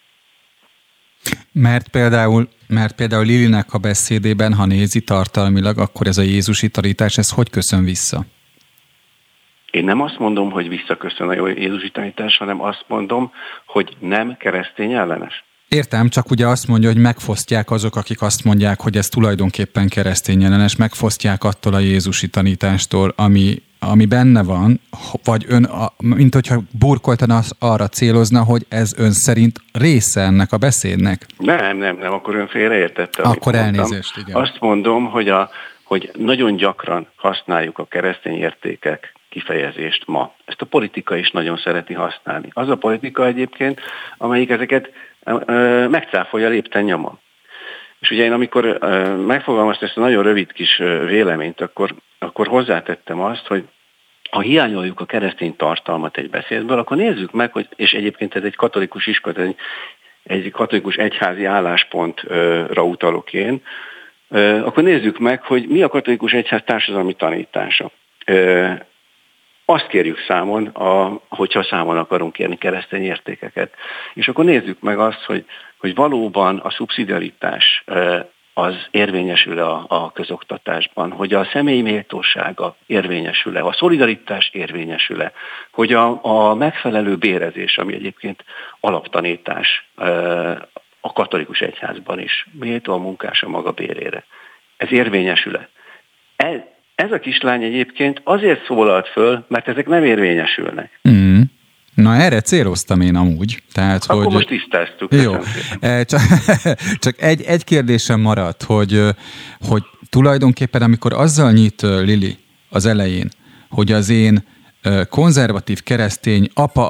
Mert például Lilinek a beszédében, ha nézi tartalmilag, akkor ez a jézusi tanítás, ez hogy köszön vissza? Én nem azt mondom, hogy visszaköszön a jézusi tanítás, hanem azt mondom, hogy nem keresztény ellenes. Értem, csak ugye azt mondja, hogy megfosztják azok, akik azt mondják, hogy ez tulajdonképpen keresztény ellenes, megfosztják attól a jézusi tanítástól, ami benne van, vagy mint hogyha burkoltan arra célozna, hogy ez ön szerint része ennek a beszédnek. Nem, akkor ön félreértette. Akkor elnézést, igen. Azt mondom, hogy nagyon gyakran használjuk a keresztény értékek kifejezést ma. Ezt a politika is nagyon szereti használni. Az a politika egyébként, amelyik ezeket megcáfolja lépten nyomon. És ugye én amikor megfogalmaztam ezt a nagyon rövid kis véleményt, akkor hozzátettem azt, hogy ha hiányoljuk a keresztény tartalmat egy beszédből, akkor nézzük meg, hogy, és egyébként ez egy katolikus iskola, egy katolikus egyházi álláspontra utalok én, akkor nézzük meg, hogy mi a katolikus egyház társadalmi tanítása. Azt kérjük számon, hogyha számon akarunk kérni keresztény értékeket. És akkor nézzük meg azt, hogy valóban a szubszidiaritás az érvényesül-e a közoktatásban, hogy a személyi méltósága érvényesül-e, a szolidaritás érvényesül-e, hogy a megfelelő bérezés, ami egyébként alaptanítás a katolikus egyházban is, méltó a munkás a maga bérére. Ez érvényesül-e? Ez a kislány egyébként azért szólalt föl, mert ezek nem érvényesülnek. Na, erre céloztam én amúgy. Tehát, akkor hogy... most tisztáztuk. Jó. Csak egy kérdésem maradt, hogy tulajdonképpen amikor azzal nyit Lili az elején, hogy az én konzervatív keresztény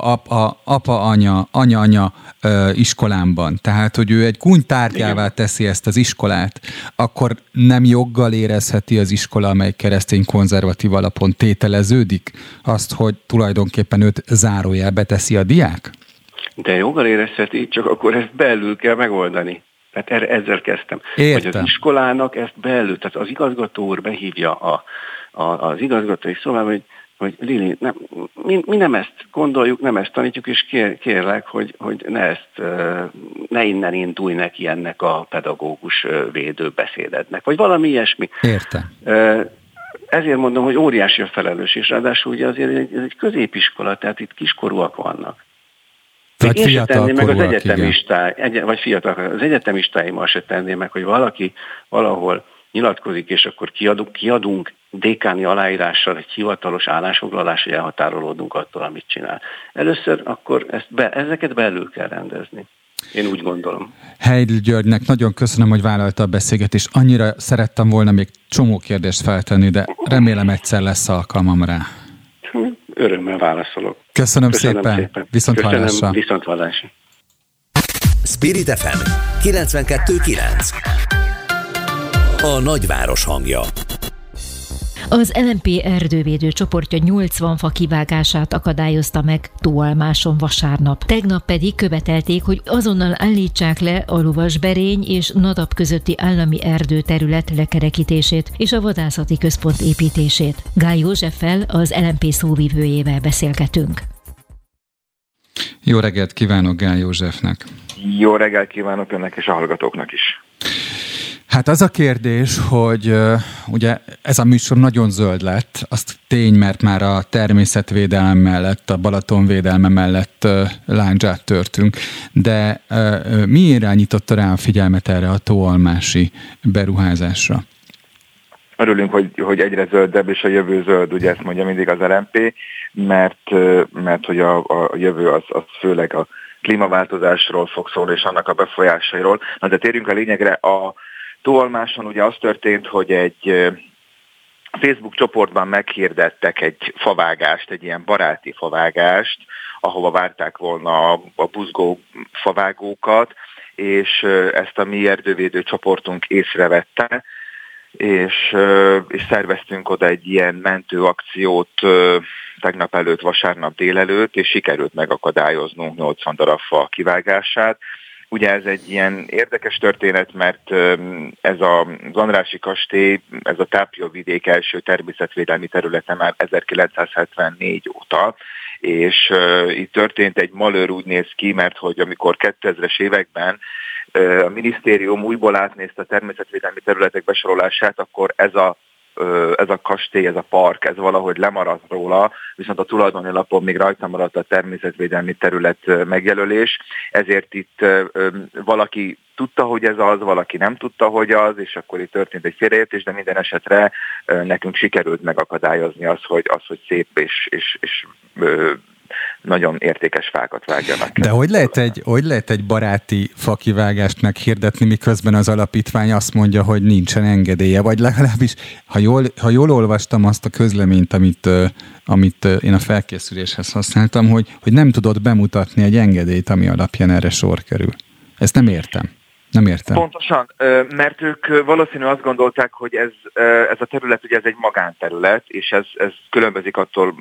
anya iskolámban, tehát hogy ő egy kunytárgyává teszi ezt az iskolát, akkor nem joggal érezheti az iskola, amely keresztény konzervatív alapon tételeződik, azt, hogy tulajdonképpen őt zárójelbe teszi a diák? De joggal érezheti, csak akkor ezt belül kell megoldani. Tehát ezzel kezdtem. Értem. Hogy az iskolának ezt belül, tehát az igazgató úr behívja az igazgatói szobába, hogy Lili, mi nem ezt gondoljuk, nem ezt tanítjuk, és kérlek, hogy ne innen indulj neki ennek a pedagógus védőbeszédednek, vagy valami ilyesmi. Értem. Ezért mondom, hogy óriási a felelős, és ráadásul ugye azért ez egy középiskola, tehát itt kiskorúak vannak. Vagy fiatalkorúak, vagy fiatal, az egyetemistáimmal se tenném meg, hogy valaki valahol nyilatkozik, és akkor kiadunk dékáni aláírással egy hivatalos állásfoglalás, hogy elhatárolódunk attól, amit csinál. Először akkor ezeket belül kell rendezni. Én úgy gondolom. Heidl Györgynek nagyon köszönöm, hogy vállalta a beszélgetést. Annyira szerettem volna még csomó kérdést feltenni, de remélem egyszer lesz alkalmam rá. Örömmel válaszolok. Köszönöm szépen. Viszont hallásra. Viszont hallásra. Spirit FM 92.9. A nagyváros hangja. Az LMP erdővédő csoportja 80 fa kivágását akadályozta meg Tóalmáson vasárnap. Tegnap pedig követelték, hogy azonnal állítsák le a Lovasberény és Nadab közötti állami erdőterület lekerekítését és a vadászati központ építését. Gály Józseffel, az LMP szóvivőjével beszélgetünk. Jó reggelt kívánok Gál Józsefnek! Jó reggelt kívánok önnek és a hallgatóknak is! Hát az a kérdés, hogy ugye ez a műsor nagyon zöld lett, azt tény, mert már a természetvédelem mellett, a Balaton védelme mellett lándzsát törtünk, de mi irányította rá a figyelmet erre a tóalmási beruházásra? Örülünk, hogy egyre zöldebb, és a jövő zöld, ugye ezt mondja mindig az LMP, mert hogy a jövő az főleg a klímaváltozásról fog szólni, és annak a befolyásairól. Na de térjünk a lényegre, a tóalmáson ugye az történt, hogy egy Facebook csoportban meghirdettek egy favágást, egy ilyen baráti favágást, ahova várták volna a buzgó favágókat, és ezt a mi erdővédő csoportunk észrevette, és szerveztünk oda egy ilyen mentőakciót tegnap előtt, vasárnap délelőtt, és sikerült megakadályoznunk 80 darab fa kivágását. Ugye ez egy ilyen érdekes történet, mert ez az Andrássy kastély, ez a Tápióvidék első természetvédelmi területe már 1974 óta, és itt történt egy malőr, úgy néz ki, mert hogy amikor 2000-es években a minisztérium újból átnézte a természetvédelmi területek besorolását, akkor ez a kastély, ez a park, ez valahogy lemaradt róla, viszont a tulajdoni lapon még rajta maradt a természetvédelmi terület megjelölés, ezért itt valaki tudta, hogy ez az, valaki nem tudta, hogy az, és akkor itt történt egy félreértés, de minden esetre nekünk sikerült megakadályozni azt, hogy szép és nagyon értékes fákat vágjanak. De hogy lehet egy baráti fakivágást meghirdetni, miközben az alapítvány azt mondja, hogy nincsen engedélye, vagy legalábbis, ha jól olvastam azt a közleményt, amit én a felkészüléshez használtam, hogy nem tudod bemutatni egy engedélyt, ami alapján erre sor kerül. Ezt nem értem. Pontosan, mert ők valószínűleg azt gondolták, hogy ez a terület, ugye ez egy magánterület, és ez különbözik attól,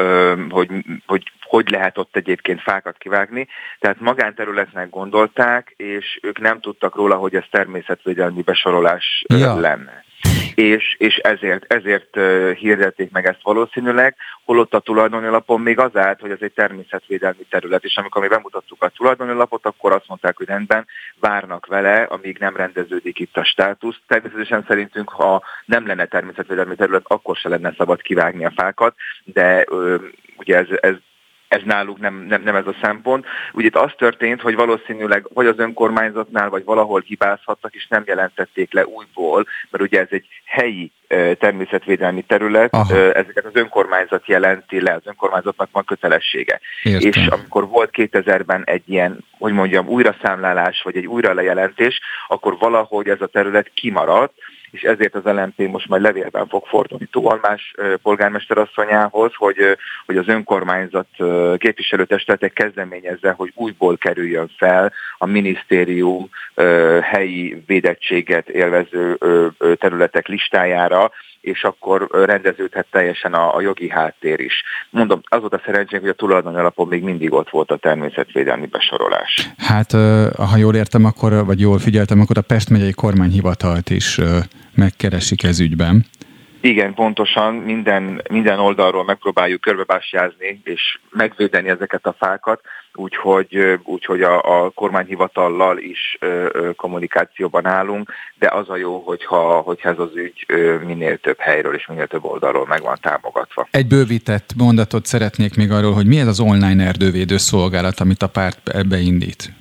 hogy lehet ott egyébként fákat kivágni. Tehát magánterületnek gondolták, és ők nem tudtak róla, hogy ez természetvédelmi besorolás lenne. És ezért hirdették meg ezt valószínűleg, holott a tulajdoni lapon még az állt, hogy ez egy természetvédelmi terület, és amikor mi bemutattuk a tulajdoni lapot, akkor azt mondták, hogy rendben, várnak vele, amíg nem rendeződik itt a státusz. Természetesen szerintünk, ha nem lenne természetvédelmi terület, akkor se lenne szabad kivágni a fákat, de ugye ez náluk nem ez a szempont. Ugye itt az történt, hogy valószínűleg vagy az önkormányzatnál, vagy valahol hibázhattak, és nem jelentették le újból, mert ugye ez egy helyi természetvédelmi terület, ezeket az önkormányzat jelenti le, az önkormányzatnak van kötelessége. Értem. És amikor volt 2000-ben egy ilyen, hogy mondjam, újraszámlálás, vagy egy újralejelentés, akkor valahogy ez a terület kimaradt, és ezért az LMP most majd levélben fog fordulni Tóalmás polgármesterasszonyához, hogy az önkormányzat képviselőtestületek kezdeményezze, hogy újból kerüljön fel a minisztérium helyi védettséget élvező területek listájára, és akkor rendeződhet teljesen a jogi háttér is. Mondom, az volt a szerencsénk, hogy a tulajdoni alapon még mindig ott volt a természetvédelmi besorolás. Hát, ha jól értem, vagy jól figyeltem, akkor a Pest megyei kormányhivatalt is megkeresik ez ügyben. Igen, pontosan minden oldalról megpróbáljuk körbebástyázni és megvédeni ezeket a fákat, úgyhogy a kormányhivatallal is kommunikációban állunk, de az a jó, hogyha ez az ügy minél több helyről és minél több oldalról meg van támogatva. Egy bővített mondatot szeretnék még arról, hogy mi ez az online erdővédő szolgálat, amit a párt beindít?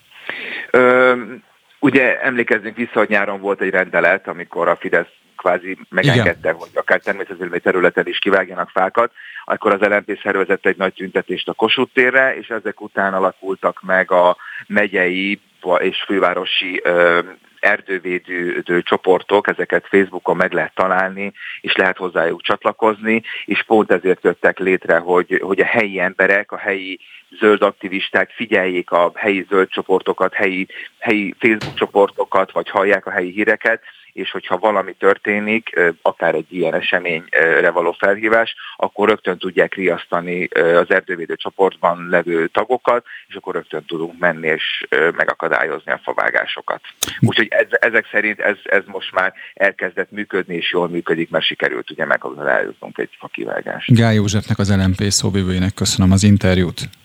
Ugye emlékezzünk vissza, hogy nyáron volt egy rendelet, amikor a Fidesz kvázi megengedte, hogy akár természetvédelmi területen is kivágjanak fákat, akkor az LMP szervezett egy nagy tüntetést a Kossuth térre, és ezek után alakultak meg a megyei és fővárosi erdővédő csoportok, ezeket Facebookon meg lehet találni, és lehet hozzájuk csatlakozni, és pont ezért jöttek létre, hogy a helyi emberek, a helyi zöld aktivisták figyeljék a helyi zöld csoportokat, helyi Facebook csoportokat, vagy hallják a helyi híreket, és hogyha valami történik, akár egy ilyen eseményre való felhívás, akkor rögtön tudják riasztani az erdővédő csoportban levő tagokat, és akkor rögtön tudunk menni és megakadályozni a favágásokat. Úgyhogy ezek szerint ez most már elkezdett működni, és jól működik, mert sikerült ugye megakadályoznunk egy fakivágást. Gál Józsefnek, az LMP szóvivőjének köszönöm az interjút.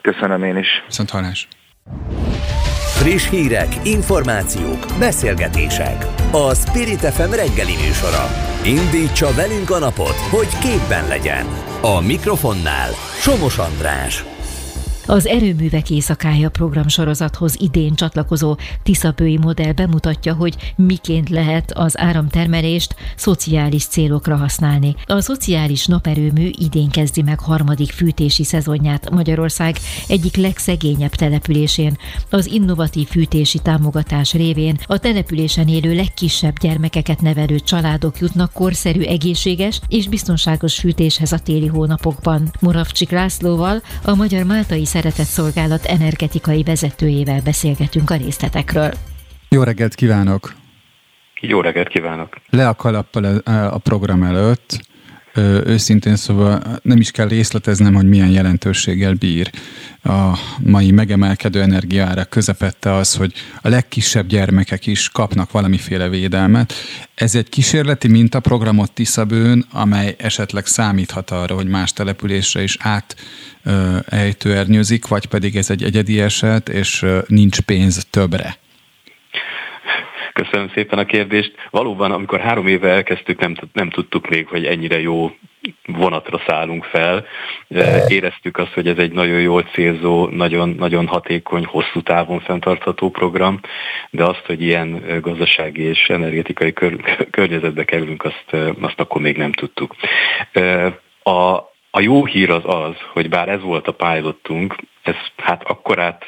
Köszönöm én is. Viszonthallás. Friss hírek, információk, beszélgetések. A Spirit FM reggeli műsora. Indítsa velünk a napot, hogy képben legyen. A mikrofonnál Somos András. Az Erőművek éjszakája programsorozathoz idén csatlakozó tiszabői modell bemutatja, hogy miként lehet az áramtermelést szociális célokra használni. A szociális naperőmű idén kezdi meg harmadik fűtési szezonját Magyarország egyik legszegényebb településén. Az innovatív fűtési támogatás révén a településen élő legkisebb gyermekeket nevelő családok jutnak korszerű, egészséges és biztonságos fűtéshez a téli hónapokban. Moravcsik Lászlóval, a Magyar Máltai Szeretett Szolgálat energetikai vezetőjével beszélgetünk a részletekről. Jó reggelt kívánok! Jó reggelt kívánok! Le a kalappal a program előtt. Őszintén szóval nem is kell részleteznem, hogy milyen jelentőséggel bír a mai megemelkedő energiaárak közepette az, hogy a legkisebb gyermekek is kapnak valamiféle védelmet. Ez egy kísérleti mintaprogramot Tiszabőn, amely esetleg számíthat arra, hogy más településre is átejtőernyőzik, vagy pedig ez egy egyedi eset, és nincs pénz többre. Köszönöm szépen a kérdést. Valóban, amikor 3 éve elkezdtük, nem tudtuk még, hogy ennyire jó vonatra szállunk fel. Éreztük azt, hogy ez egy nagyon jól célzó, nagyon, nagyon hatékony, hosszú távon fenntartható program, de azt, hogy ilyen gazdasági és energetikai környezetbe kerülünk, azt akkor még nem tudtuk. A jó hír az, hogy bár ez volt a pilotunk, ez hát akkorát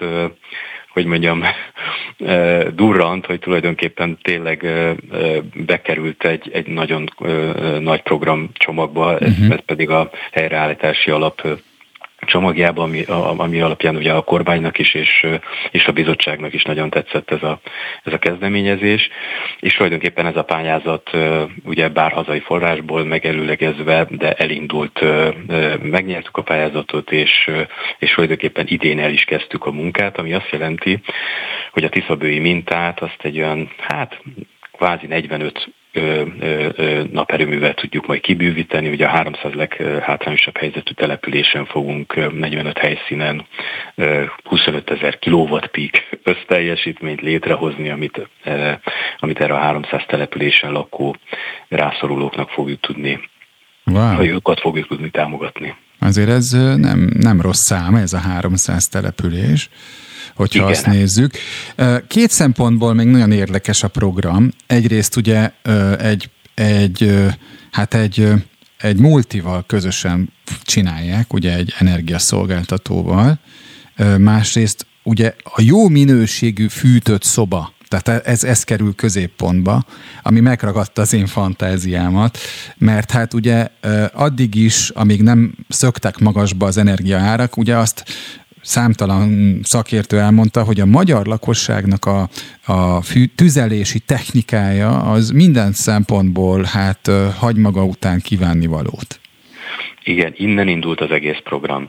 durrant, hogy tulajdonképpen tényleg bekerült egy nagyon nagy programcsomagba, ez pedig a helyreállítási alap csomagjában, ami alapján ugye a kormánynak is és a bizottságnak is nagyon tetszett ez a kezdeményezés, és tulajdonképpen ez a pályázat ugye bár hazai forrásból megelőlegezve, de elindult, megnyertük a pályázatot, és tulajdonképpen idén el is kezdtük a munkát, ami azt jelenti, hogy a tiszabői mintát azt egy olyan, kvázi 45 naperőművel tudjuk majd kibővíteni. Ugye a 300 leghátrányosabb helyzetű településen fogunk 45 helyszínen 25 000 kilowatt-peak összteljesítményt létrehozni, amit erre a 300 településen lakó rászorulóknak fogjuk tudni, vagy őket fogjuk tudni támogatni. Azért ez nem rossz szám, ez a 300 település, hogyha igen, azt nézzük. 2 szempontból még nagyon érdekes a program. Egyrészt ugye egy multival közösen csinálják, ugye egy energiaszolgáltatóval. Másrészt ugye a jó minőségű fűtött szoba, tehát ez kerül középpontba, ami megragadta az én fantáziámat, mert hát ugye addig is, amíg nem szöktek magasba az energiaárak, ugye azt számtalan szakértő elmondta, hogy a magyar lakosságnak a tüzelési technikája az minden szempontból hagy maga után kívánnivalót. Igen, innen indult az egész program.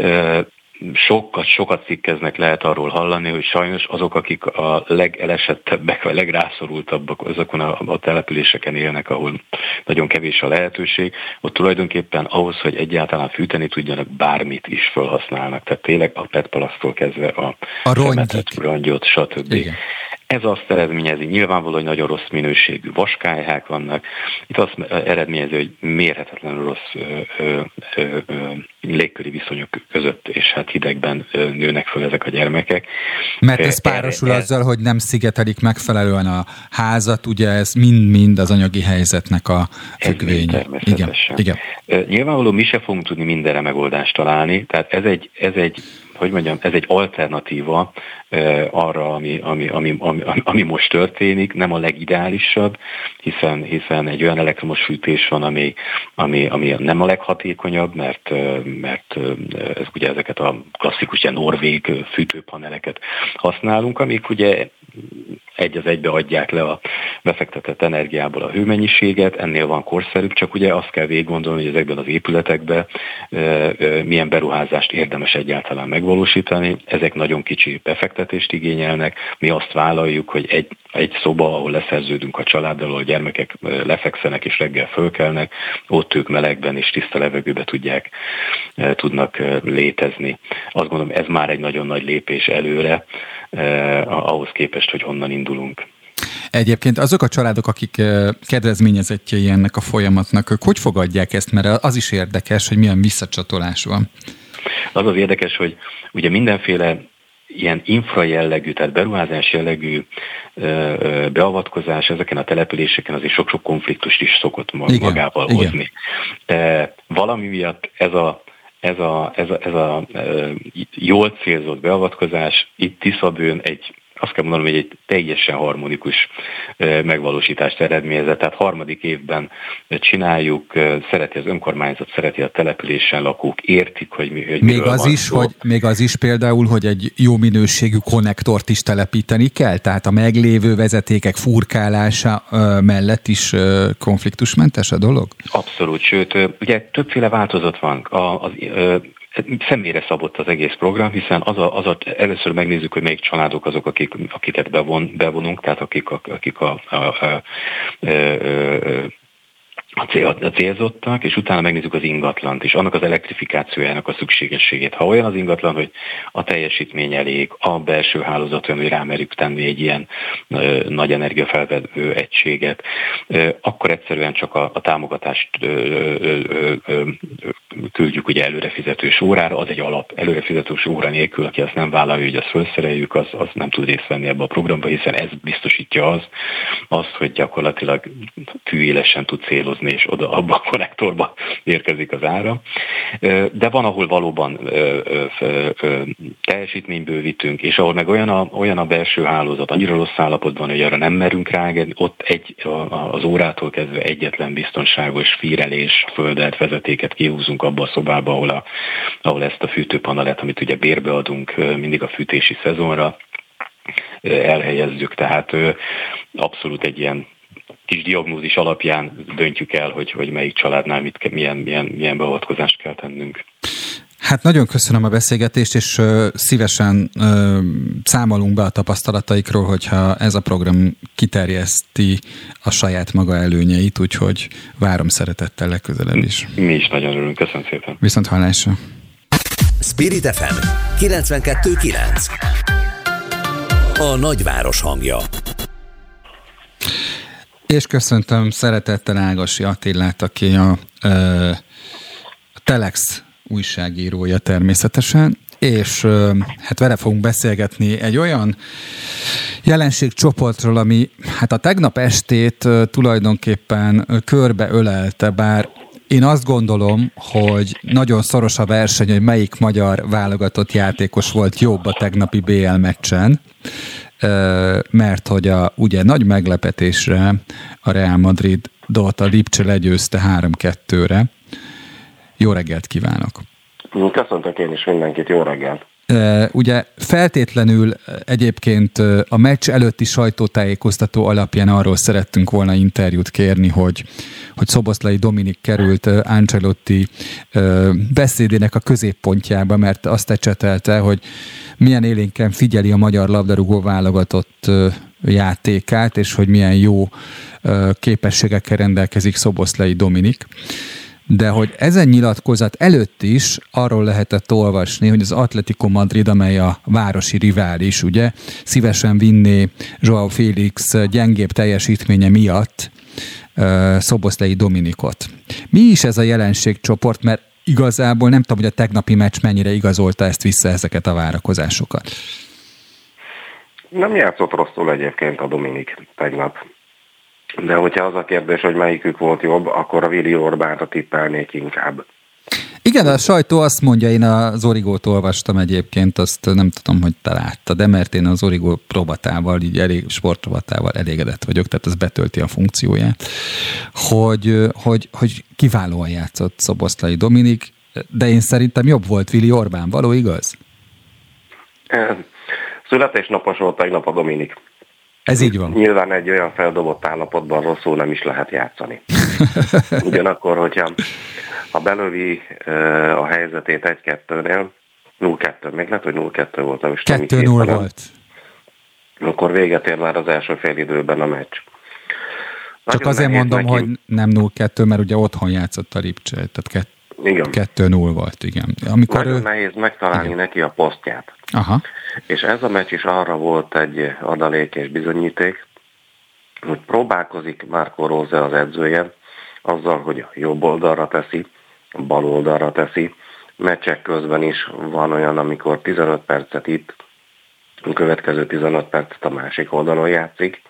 Sokat cikkeznek, lehet arról hallani, hogy sajnos azok, akik a legelesettebbek, vagy legrászorultabbak azokon a településeken élnek, ahol nagyon kevés a lehetőség, ott tulajdonképpen ahhoz, hogy egyáltalán fűteni tudjanak, bármit is felhasználnak. Tehát tényleg a petpalasztól kezdve a szemetet, rongyot, stb. Igen. Ez azt eredményezi, nyilvánvaló, hogy nagyon rossz minőségű vaskályhák vannak. Itt azt eredményezi, hogy mérhetetlenül rossz légköri viszonyok között, és hidegben nőnek föl ezek a gyermekek. Mert ez párosul azzal, hogy nem szigetelik megfelelően a házat, ugye ez mind-mind az anyagi helyzetnek a függvény. Természetesen. Igen. Nyilvánvaló mi se fogunk tudni mindenre megoldást találni, tehát ez egy alternatíva arra, ami most történik, nem a legideálisabb, hiszen egy olyan elektromos fűtés van, ami nem a leghatékonyabb, mert ez ugye ezeket a klasszikus ilyen norvég fűtőpaneleket használunk, amik ugye egy az egybe adják le a befektetett energiából a hőmennyiséget, ennél van korszerűbb, csak ugye azt kell végiggondolni, hogy ezekben az épületekben milyen beruházást érdemes egyáltalán megvalósítani. Ezek nagyon kicsi befektetést igényelnek. Mi azt vállaljuk, hogy egy szoba, ahol leszerződünk a családdal, ahol a gyermekek lefekszenek és reggel fölkelnek, ott ők melegben és tiszta levegőben tudnak létezni. Azt gondolom, ez már egy nagyon nagy lépés előre, ahhoz képest, hogy honnan indulunk. Egyébként azok a családok, akik kedvezményezettjei ennek a folyamatnak, ők hogy fogadják ezt? Mert az is érdekes, hogy milyen visszacsatolás van. Az érdekes, hogy ugye mindenféle ilyen infra jellegű, tehát beruházás jellegű beavatkozás ezeken a településeken azért sok-sok konfliktust is szokott magával hozni. Valami miatt ez a jól célzott beavatkozás itt Tiszabőn azt kell mondanom, hogy egy teljesen harmonikus megvalósítást eredményezett. Tehát harmadik évben csináljuk, szereti az önkormányzat, szereti a településen lakók, értik, hogy miről van szó. Még az is például, hogy egy jó minőségű konnektort is telepíteni kell? Tehát a meglévő vezetékek furkálása mellett is konfliktusmentes a dolog? Abszolút, sőt, ugye többféle változat van. Személyre szabott az egész program, hiszen először megnézzük, hogy melyik családok azok, akiket bevonunk, tehát akik a célzottak, és utána megnézzük az ingatlant és annak az elektrifikációjának a szükségességét. Ha olyan az ingatlan, hogy a teljesítmény elég, a belső hálózat olyan, hogy rámerjük tenni egy ilyen nagy energiafelvevő egységet, akkor egyszerűen csak a támogatást küldjük ugye előrefizetős órára, az egy alap előrefizetős óra nélkül, aki azt nem vállalja, hogy azt felszereljük, az nem tud részt venni ebbe a programba, hiszen ez biztosítja azt, hogy gyakorlatilag fűélesen tud célozni, és oda abba a konnektorba érkezik az ára. De van, ahol valóban teljesítménybővítünk, és ahol meg olyan a belső hálózat, annyira rossz állapotban, hogy arra nem merünk ráengedni, ott az órától kezdve egyetlen biztonságos fírelés, földet, vezetéket kihúzunk abba a szobába, ahol ezt a fűtőpanelet, amit ugye bérbe adunk mindig a fűtési szezonra, elhelyezzük. Tehát abszolút egy ilyen kis diagnózis alapján döntjük el, hogy melyik családnál milyen beavatkozást kell tennünk. Hát nagyon köszönöm a beszélgetést, és szívesen számolunk be a tapasztalataikról, hogyha ez a program kiterjeszti a saját maga előnyeit, úgyhogy várom szeretettel legközelebb is. Mi is nagyon örülünk, köszönöm szépen. Viszont hallásra. Spirit FM 92.9. A nagyváros hangja. És köszöntöm szeretettel Ágasi Attilát, aki a Telex újságírója természetesen, és hát vele fogunk beszélgetni egy olyan jelenségcsoportról, ami hát a tegnap estét tulajdonképpen körbeölelte, bár én azt gondolom, hogy nagyon szoros a verseny, hogy melyik magyar válogatott játékos volt jobb a tegnapi BL meccsen, mert hogy ugye nagy meglepetésre a Real Madridot a Lipcse legyőzte 3-2-re. Jó reggelt kívánok! Köszöntök én is mindenkit, jó reggelt! Ugye feltétlenül egyébként a meccs előtti sajtótájékoztató alapján arról szerettünk volna interjút kérni, hogy Szoboszlai Dominik került Ancelotti beszédének a középpontjába, mert azt ecsetelte, hogy milyen élénken figyeli a magyar labdarúgó válogatott játékát, és hogy milyen jó képességekkel rendelkezik Szoboszlai Dominik. De hogy ezen nyilatkozat előtt is arról lehetett olvasni, hogy az Atletico Madrid, amely a városi rivális, ugye, szívesen vinné Joao Félix gyengébb teljesítménye miatt Szoboszlai Dominikot. Mi is ez a jelenségcsoport, mert igazából nem tudom, hogy a tegnapi meccs mennyire igazolta ezt vissza, ezeket a várakozásokat. Nem játszott rosszul egyébként a Dominik tegnap. De hogyha az a kérdés, hogy melyikük volt jobb, akkor a Vili Orbánra tippelnék inkább. Igen, a sajtó azt mondja, én az Origót olvastam egyébként, azt nem tudom, hogy te láttad, de mert én az Origó rovatával, így sportrovatával elégedett vagyok, tehát ez betölti a funkcióját, hogy kiválóan játszott Szoboszlai Dominik, de én szerintem jobb volt Vili Orbán, való igaz? Születésnapos volt tegnap a Dominik. Ez így van. Nyilván egy olyan feldobott állapotban rosszul nem is lehet játszani. Ugyanakkor, hogyha belövi a helyzetét 1-2-nél, 0-2, még lehet, hogy 0-2 volt, nem is 2-0 volt. Akkor véget ér már az első fél időben a meccs. Csak azért mondom, hogy nem 0-2, mert ugye otthon játszott a Lipcse, tehát 2-0 volt, igen. Amikor nagyon nehéz megtalálni igen. neki a posztját. Aha. És ez a meccs is arra volt egy adalék és bizonyíték, hogy próbálkozik Marco Rose az edzője azzal, hogy a jobb oldalra teszi, a bal oldalra teszi. Meccsek közben is van olyan, amikor 15 percet itt, a következő 15 percet a másik oldalon játszik,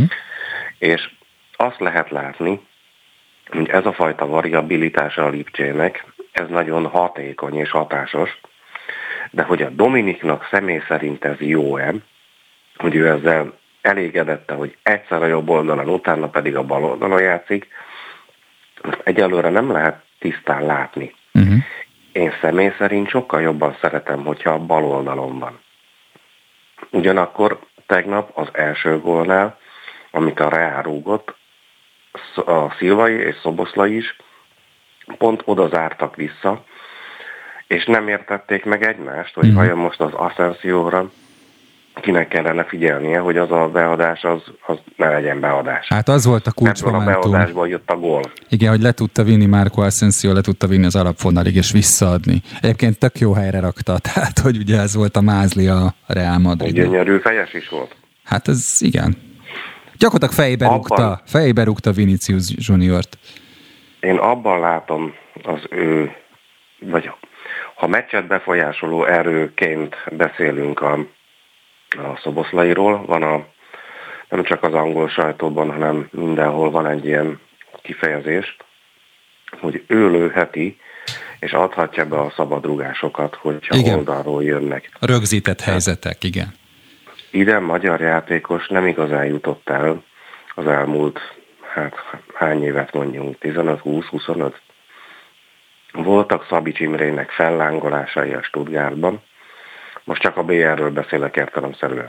és azt lehet látni, hogy ez a fajta variabilitása a Lipcsének, ez nagyon hatékony és hatásos, de hogy a Dominiknak személy szerint ez jó-e, hogy ő ezzel elégedette, hogy egyszer a jobb oldalon, utána pedig a bal oldalon játszik, azt egyelőre nem lehet tisztán látni. Én személy szerint sokkal jobban szeretem, hogyha a bal oldalon van. Ugyanakkor tegnap az első gólnál, amit a Real rúgott, a Szilvai és Szoboszlai is pont oda zártak vissza, és nem értették meg egymást, hogy vajon most az Asensióra kinek kellene figyelnie, hogy az a beadás az ne legyen beadás. Hát az volt a kulcsmomentum. Ebből a beadásból jött a gól. Igen, hogy le tudta vinni Marco Asensio, le tudta vinni az alapvonalig és visszaadni. Egyébként tök jó helyre rakta, tehát hogy ugye ez volt a mázli a Real Madrid. Gyönyörű fejes is volt. Hát ez igen. Gyakorlatilag fejébe rúgta Vinicius Juniort. Én abban látom az ő, vagy ha meccset befolyásoló erőként beszélünk a Szoboszlairól, van nem csak az angol sajtóban, hanem mindenhol van egy ilyen kifejezés, hogy ő lőheti, és adhatja be a szabadrúgásokat, hogyha igen. oldalról jönnek. A rögzített helyzetek, igen. Ide magyar játékos nem igazán jutott el az elmúlt, hány évet mondjunk, 15, 20, 25. Voltak Szabics Imrének fellángolásai a Stuttgartban, most csak a BR-ről beszélek értelemszerűen.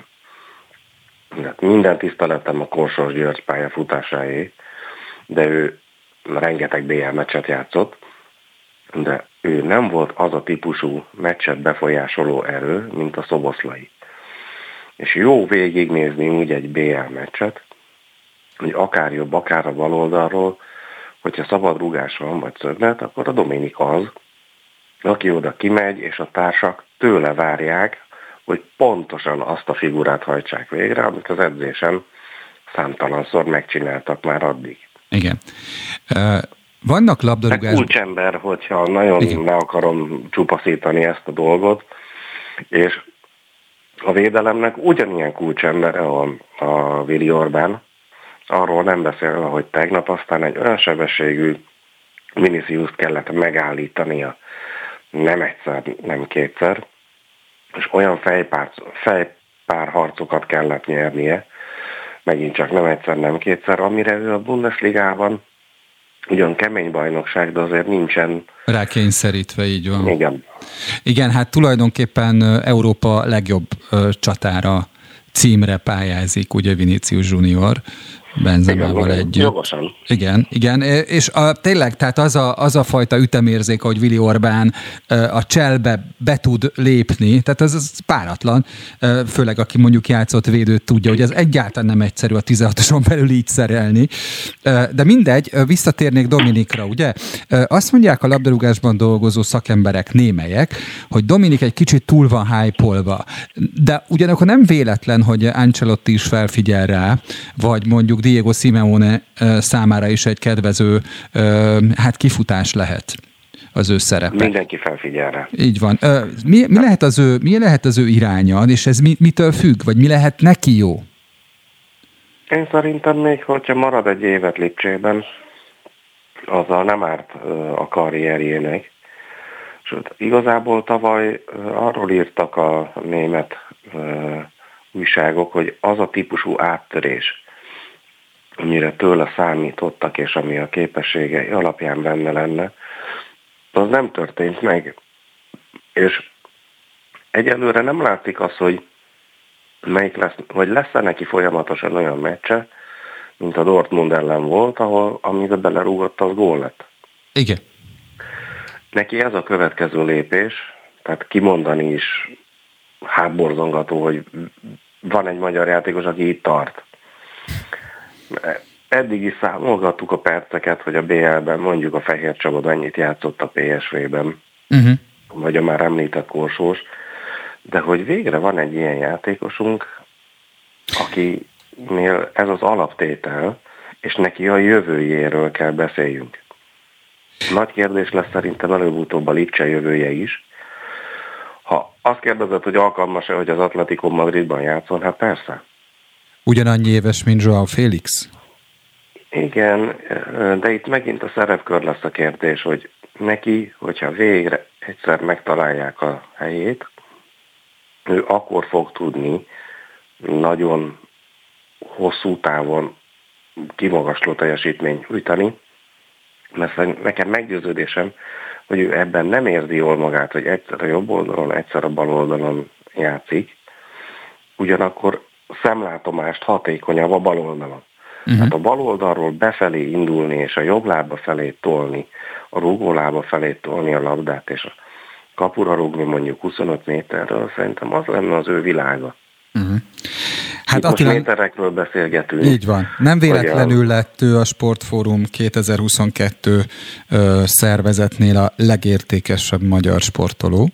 De minden tiszteletem a Korsós György pályafutásáé, de ő rengeteg BR meccset játszott, de ő nem volt az a típusú meccset befolyásoló erő, mint a Szoboszlai. És jó végignézni úgy egy BR meccset, hogy akár jobb, akár a bal oldalról, hogyha szabad rúgás van, vagy szöglet, akkor a Dominik az, aki oda kimegy, és a társak tőle várják, hogy pontosan azt a figurát hajtsák végre, amit az edzésen számtalanszor megcsináltak már addig. Igen. Vannak labdarúgás... De kulcsember, hogyha nagyon igen. le akarom csupaszítani ezt a dolgot, és a védelemnek ugyanilyen kulcsembere a Vili Orbán, arról nem beszélve, hogy tegnap aztán egy olyan sebességű Viniciust kellett megállítania, nem egyszer, nem kétszer, és olyan fejpárharcokat kellett nyernie, megint csak nem egyszer, nem kétszer, amire ő a Bundesligában ugyan kemény bajnokság, de azért nincsen... Rákényszerítve, így van. Igen. Igen, hát tulajdonképpen Európa legjobb csatára címre pályázik, ugye Vinicius Junior, Benzemával együtt. Jogosan. Igen, és tényleg, tehát az a fajta ütemérzék, hogy Vili Orbán a Chelsea-be be tud lépni, tehát az páratlan, főleg aki mondjuk játszott védőt tudja, hogy ez egyáltalán nem egyszerű a 16-oson belül így szerelni. De mindegy, visszatérnék Dominikra, ugye? Azt mondják a labdarúgásban dolgozó szakemberek, némelyek, hogy Dominik egy kicsit túl van hype-olva, de ugyanakkor nem véletlen, hogy Ancelotti is felfigyel rá, vagy mondjuk Diego Simeone számára is egy kedvező kifutás lehet az ő szerepe. Mindenki felfigyel rá. Így van. Mi lehet az ő iránya, és ez mitől függ, vagy mi lehet neki jó? Én szerintem még, hogyha marad egy évet Lipcsében, azzal nem árt a karrierjének. Sőt, igazából tavaly arról írtak a német újságok, hogy az a típusú áttörés, amire tőle számítottak, és ami a képességei alapján benne lenne, az nem történt meg. És egyelőre nem látszik az, hogy vagy lesz-e neki folyamatosan olyan meccse, mint a Dortmund ellen volt, amiben belerúgott, az gól lett. Igen. Neki ez a következő lépés, tehát kimondani is hátborzongató, hogy van egy magyar játékos, aki itt tart. Eddig is számolgattuk a perceket, hogy a BL-ben mondjuk a Fehér Csaba mennyit játszott a PSV-ben, vagy a már említett Korsós, de hogy végre van egy ilyen játékosunk, akinél ez az alaptétel, és neki a jövőjéről kell beszéljünk. Nagy kérdés lesz szerintem előbb-utóbb a Lipcse jövője is. Ha azt kérdezed, hogy alkalmas-e, hogy az Atletico Madridban játszon, hát persze. Ugyanannyi éves, mint Joao Félix? Igen, de itt megint a szerepkör lesz a kérdés, hogy neki, hogyha végre egyszer megtalálják a helyét, ő akkor fog tudni nagyon hosszú távon kimagasló teljesítményt nyújtani, mert nekem meggyőződésem, hogy ő ebben nem érzi jól magát, hogy egyszer a jobb oldalon, egyszer a bal oldalon játszik, ugyanakkor szemlátomást hatékonyabb a bal oldalon. Tehát a bal oldalról befelé indulni, és a jobb lába felé tolni, a rúgólába felé tolni a labdát, és a kapura rúgni mondjuk 25 méterről, szerintem az lenne az ő világa. Hát most méterekről beszélgetünk. Így van. Nem véletlenül lett ő a Sportfórum 2022 szervezetnél a legértékesebb magyar sportoló.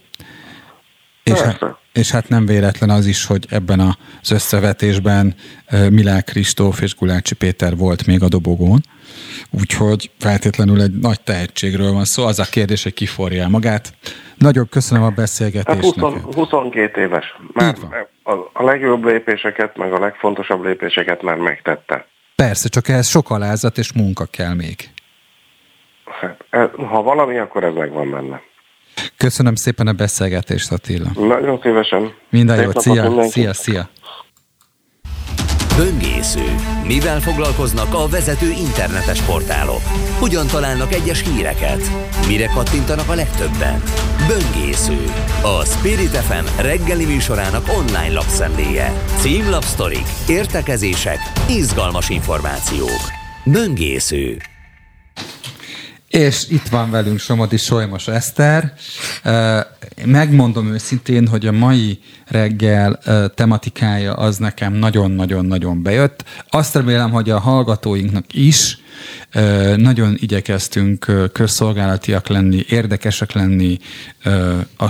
És hát nem véletlen az is, hogy ebben az összevetésben Milák Kristóf és Gulácsi Péter volt még a dobogón. Úgyhogy feltétlenül egy nagy tehetségről van szó. Az a kérdés, hogy ki forja magát. Nagyon köszönöm a beszélgetést. Hát 22 éves. Már a legjobb lépéseket, meg a legfontosabb lépéseket már megtette. Persze, csak ehhez sok alázat és munka kell még. Hát, ha valami, akkor ez megvan benne. Köszönöm szépen a beszélgetést, Attila. Nagyon szívesen. Minden jót, szia. Böngésző. Mivel foglalkoznak a vezető internetes portálok? Hogyan találnak egyes híreket? Mire kattintanak a legtöbben? Böngésző. A Spirit FM reggeli műsorának online lapszemléje. Címlapsztorik, értekezések, izgalmas információk. Böngésző. És itt van velünk Somodi Solymos Eszter. Megmondom őszintén, hogy a mai reggel tematikája az nekem nagyon-nagyon-nagyon bejött. Azt remélem, hogy a hallgatóinknak is nagyon igyekeztünk közszolgálatiak lenni, érdekesek lenni, a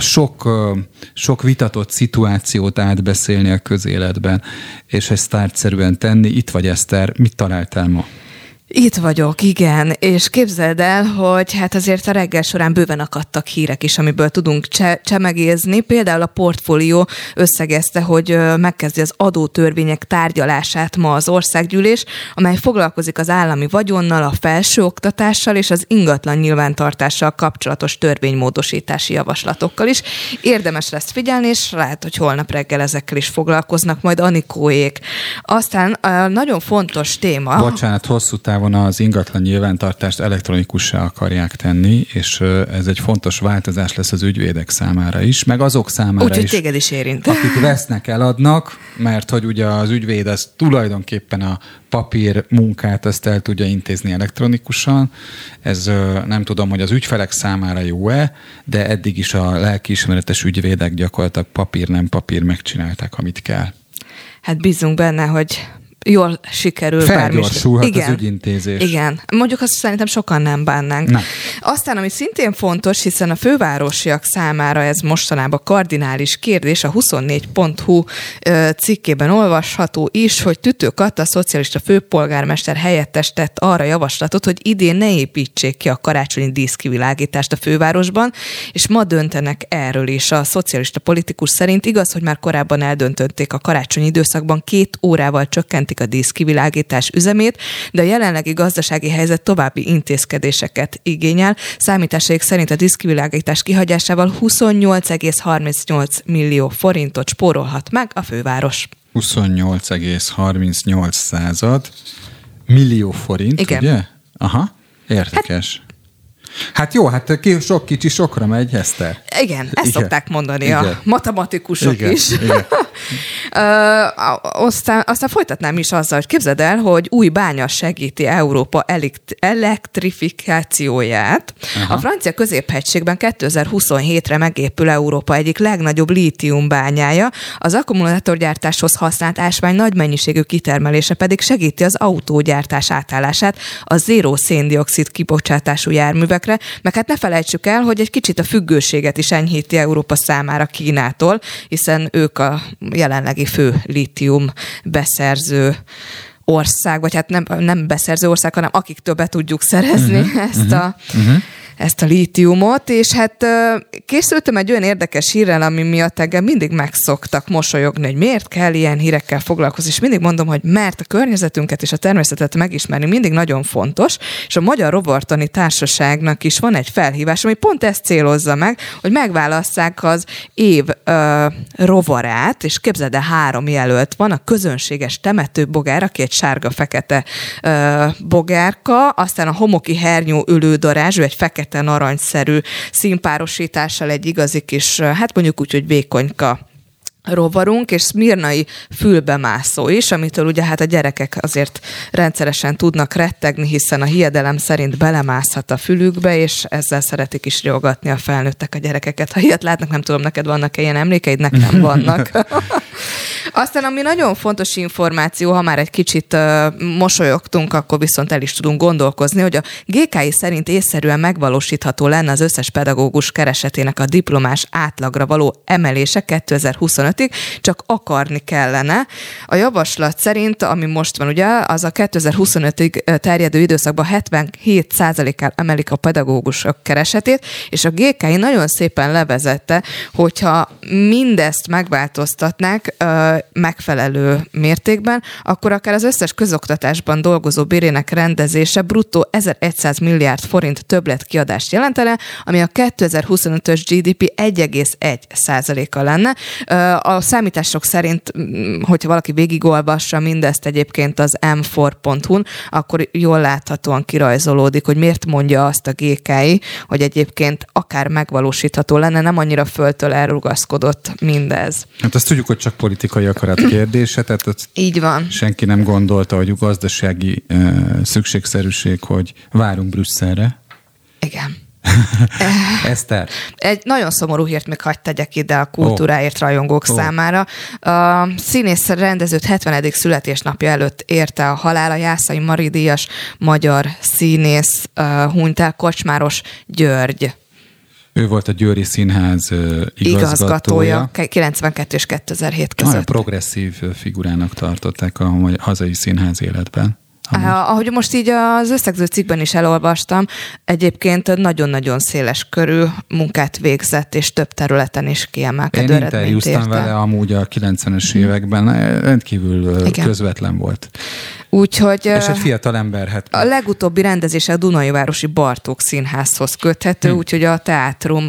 sok vitatott szituációt átbeszélni a közéletben, és ezt tárgyszerűen tenni. Itt vagy, Eszter, mit találtál ma? Itt vagyok, igen, és képzeld el, hogy hát azért a reggel során bőven akadtak hírek is, amiből tudunk csemegézni. Például a Portfólió összegezte, hogy megkezdi az adótörvények tárgyalását ma az országgyűlés, amely foglalkozik az állami vagyonnal, a felsőoktatással és az ingatlan nyilvántartással kapcsolatos törvénymódosítási javaslatokkal is. Érdemes lesz figyelni, és lehet, hogy holnap reggel ezekkel is foglalkoznak majd Anikóék. Aztán nagyon fontos téma... Bocsánat, hosszú távon az ingatlan nyilvántartást elektronikussá akarják tenni, és ez egy fontos változás lesz az ügyvédek számára is, meg azok számára úgyhogy téged is érint. Akik vesznek, eladnak, mert hogy ugye az ügyvéd az tulajdonképpen a papír munkát azt el tudja intézni elektronikusan. Ez nem tudom, hogy az ügyfelek számára jó-e, de eddig is a lelkiismeretes ügyvédek gyakorlatilag papír, nem papír megcsinálták, amit kell. Hát bízunk benne, hogy jól sikerül. Felgyorsulhat az ügyintézés. Igen. Mondjuk azt szerintem sokan nem bánnánk. Nem. Aztán, ami szintén fontos, hiszen a fővárosiak számára ez mostanában kardinális kérdés, a 24.hu cikkében olvasható is, hogy Tüttő Kata, a szocialista főpolgármester helyettes tett arra javaslatot, hogy idén ne építsék ki a karácsonyi díszkivilágítást a fővárosban, és ma döntenek erről is. A szocialista politikus szerint igaz, hogy már korábban eldöntötték a karácsonyi időszakban 2 órával csökkent a díszkivilágítás üzemét, de a jelenlegi gazdasági helyzet további intézkedéseket igényel. Számításaik szerint a díszkivilágítás kihagyásával 28,38 millió forintot spórolhat meg a főváros. 28,38 millió forint, igen. Ugye? Aha, érdekes. Hát jó, hát sok kicsi sokra megy, Eszter. Igen, ezt szokták mondani a matematikusok is. Igen. Aztán folytatnám is azzal, hogy képzeld el, hogy új bánya segíti Európa elektrifikációját. Aha. A francia középhegységben 2027-re megépül Európa egyik legnagyobb lítiumbányája, az akkumulátorgyártáshoz használt ásvány nagy mennyiségű kitermelése pedig segíti az autógyártás átállását a zéró széndioxid kibocsátású járművekre, meg hát ne felejtsük el, hogy egy kicsit a függőséget is enyhíti Európa számára Kínától, hiszen ők a jelenlegi fő lítium beszerző ország, vagy hát nem beszerző ország, hanem akiktől be tudjuk szerezni ezt a lítiumot, és hát készültem egy olyan érdekes hírrel, ami miatt engem mindig megszoktak mosolyogni, hogy miért kell ilyen hírekkel foglalkozni, és mindig mondom, hogy mert a környezetünket és a természetet megismerni mindig nagyon fontos, és a Magyar Rovartani Társaságnak is van egy felhívás, ami pont ezt célozza meg, hogy megválasszák az év rovarát, és képzeld el, 3 jelölt van, a közönséges temetőbogár, aki egy sárga-fekete bogárka, aztán a homoki hernyó ülődarázs, ő egy fekete narancszerű színpárosítással egy igazi kis, hát mondjuk úgy, hogy vékonyka rovarunk, és szmirnai fülbemászó is, amitől ugye hát a gyerekek azért rendszeresen tudnak rettegni, hiszen a hiedelem szerint belemászhat a fülükbe, és ezzel szeretik is riogatni a felnőttek a gyerekeket. Ha ilyet látnak, nem tudom, neked vannak ilyen emlékeid, nekem vannak. Aztán, ami nagyon fontos információ, ha már egy kicsit mosolyogtunk, akkor viszont el is tudunk gondolkozni, hogy a GKI szerint észszerűen megvalósítható lenne az összes pedagógus keresetének a diplomás átlagra való emelése 2025-ig, csak akarni kellene. A javaslat szerint, ami most van, ugye, az a 2025-ig terjedő időszakban 77%-kal emelik a pedagógusok keresetét, és a GKI nagyon szépen levezette, hogyha mindezt megváltoztatnák megfelelő mértékben, akkor akár az összes közoktatásban dolgozó bérének rendezése bruttó 1100 milliárd forint többletkiadást jelentene, ami a 2025-ös GDP 1,1%-a lenne. A számítások szerint, hogyha valaki végigolvassa mindezt egyébként az m4.hu-n, akkor jól láthatóan kirajzolódik, hogy miért mondja azt a GKI, hogy egyébként akár megvalósítható lenne, nem annyira földtől elrugaszkodott mindez. Hát azt tudjuk, hogy csak politikai akarat kérdése, tehát így van. Senki nem gondolta, hogy gazdasági szükségszerűség, hogy várunk Brüsszelre. Igen. Eszter. Egy nagyon szomorú hírt még hadd tegyek ide a kultúráért rajongók számára. A színész rendezőt 70. születésnapja előtt érte a halál, a Jászai Mari díjas magyar színész hunyt el, Kocsmáros György. Ő volt a Győri Színház igazgatója. 92 és 2007 között. Nagyon progresszív figurának tartották a hazai színház életben. Ahogy most így az összegző cikkben is elolvastam, egyébként nagyon-nagyon széles körű munkát végzett, és több területen is kiemelkedő eredményt érte. Én interjúztam vele amúgy a 90-es években, rendkívül közvetlen volt. Úgyhogy, és egy fiatal ember. Hát. A legutóbbi rendezése a Dunajvárosi Bartók Színházhoz köthető, úgyhogy a teátrum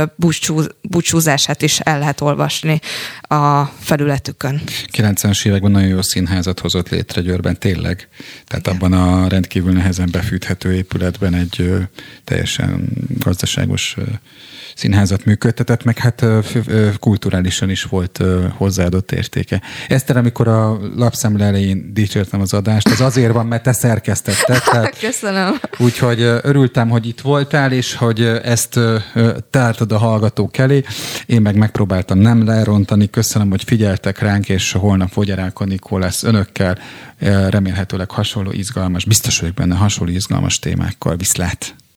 búcsúzását is el lehet olvasni a felületükön. 90-es években nagyon jó színházat hozott létre Győrben, tényleg. Tehát abban a rendkívül nehezen befűthető épületben egy teljesen gazdaságos színházat működtetett, meg hát kulturálisan is volt hozzáadott értéke. Eszter, amikor a lapszemle elején dicsértem az adást, az azért van, mert te szerkesztetted. Köszönöm. Úgyhogy örültem, hogy itt voltál, és hogy ezt tártad a hallgatók elé. Én meg megpróbáltam nem lerontani. Köszönöm, hogy figyeltek ránk, és holnap Vogyarák Anikó lesz önökkel. Remélhetőleg hasonló izgalmas, biztos vagyok benne, hasonló izgalmas témákkal. Viszlát!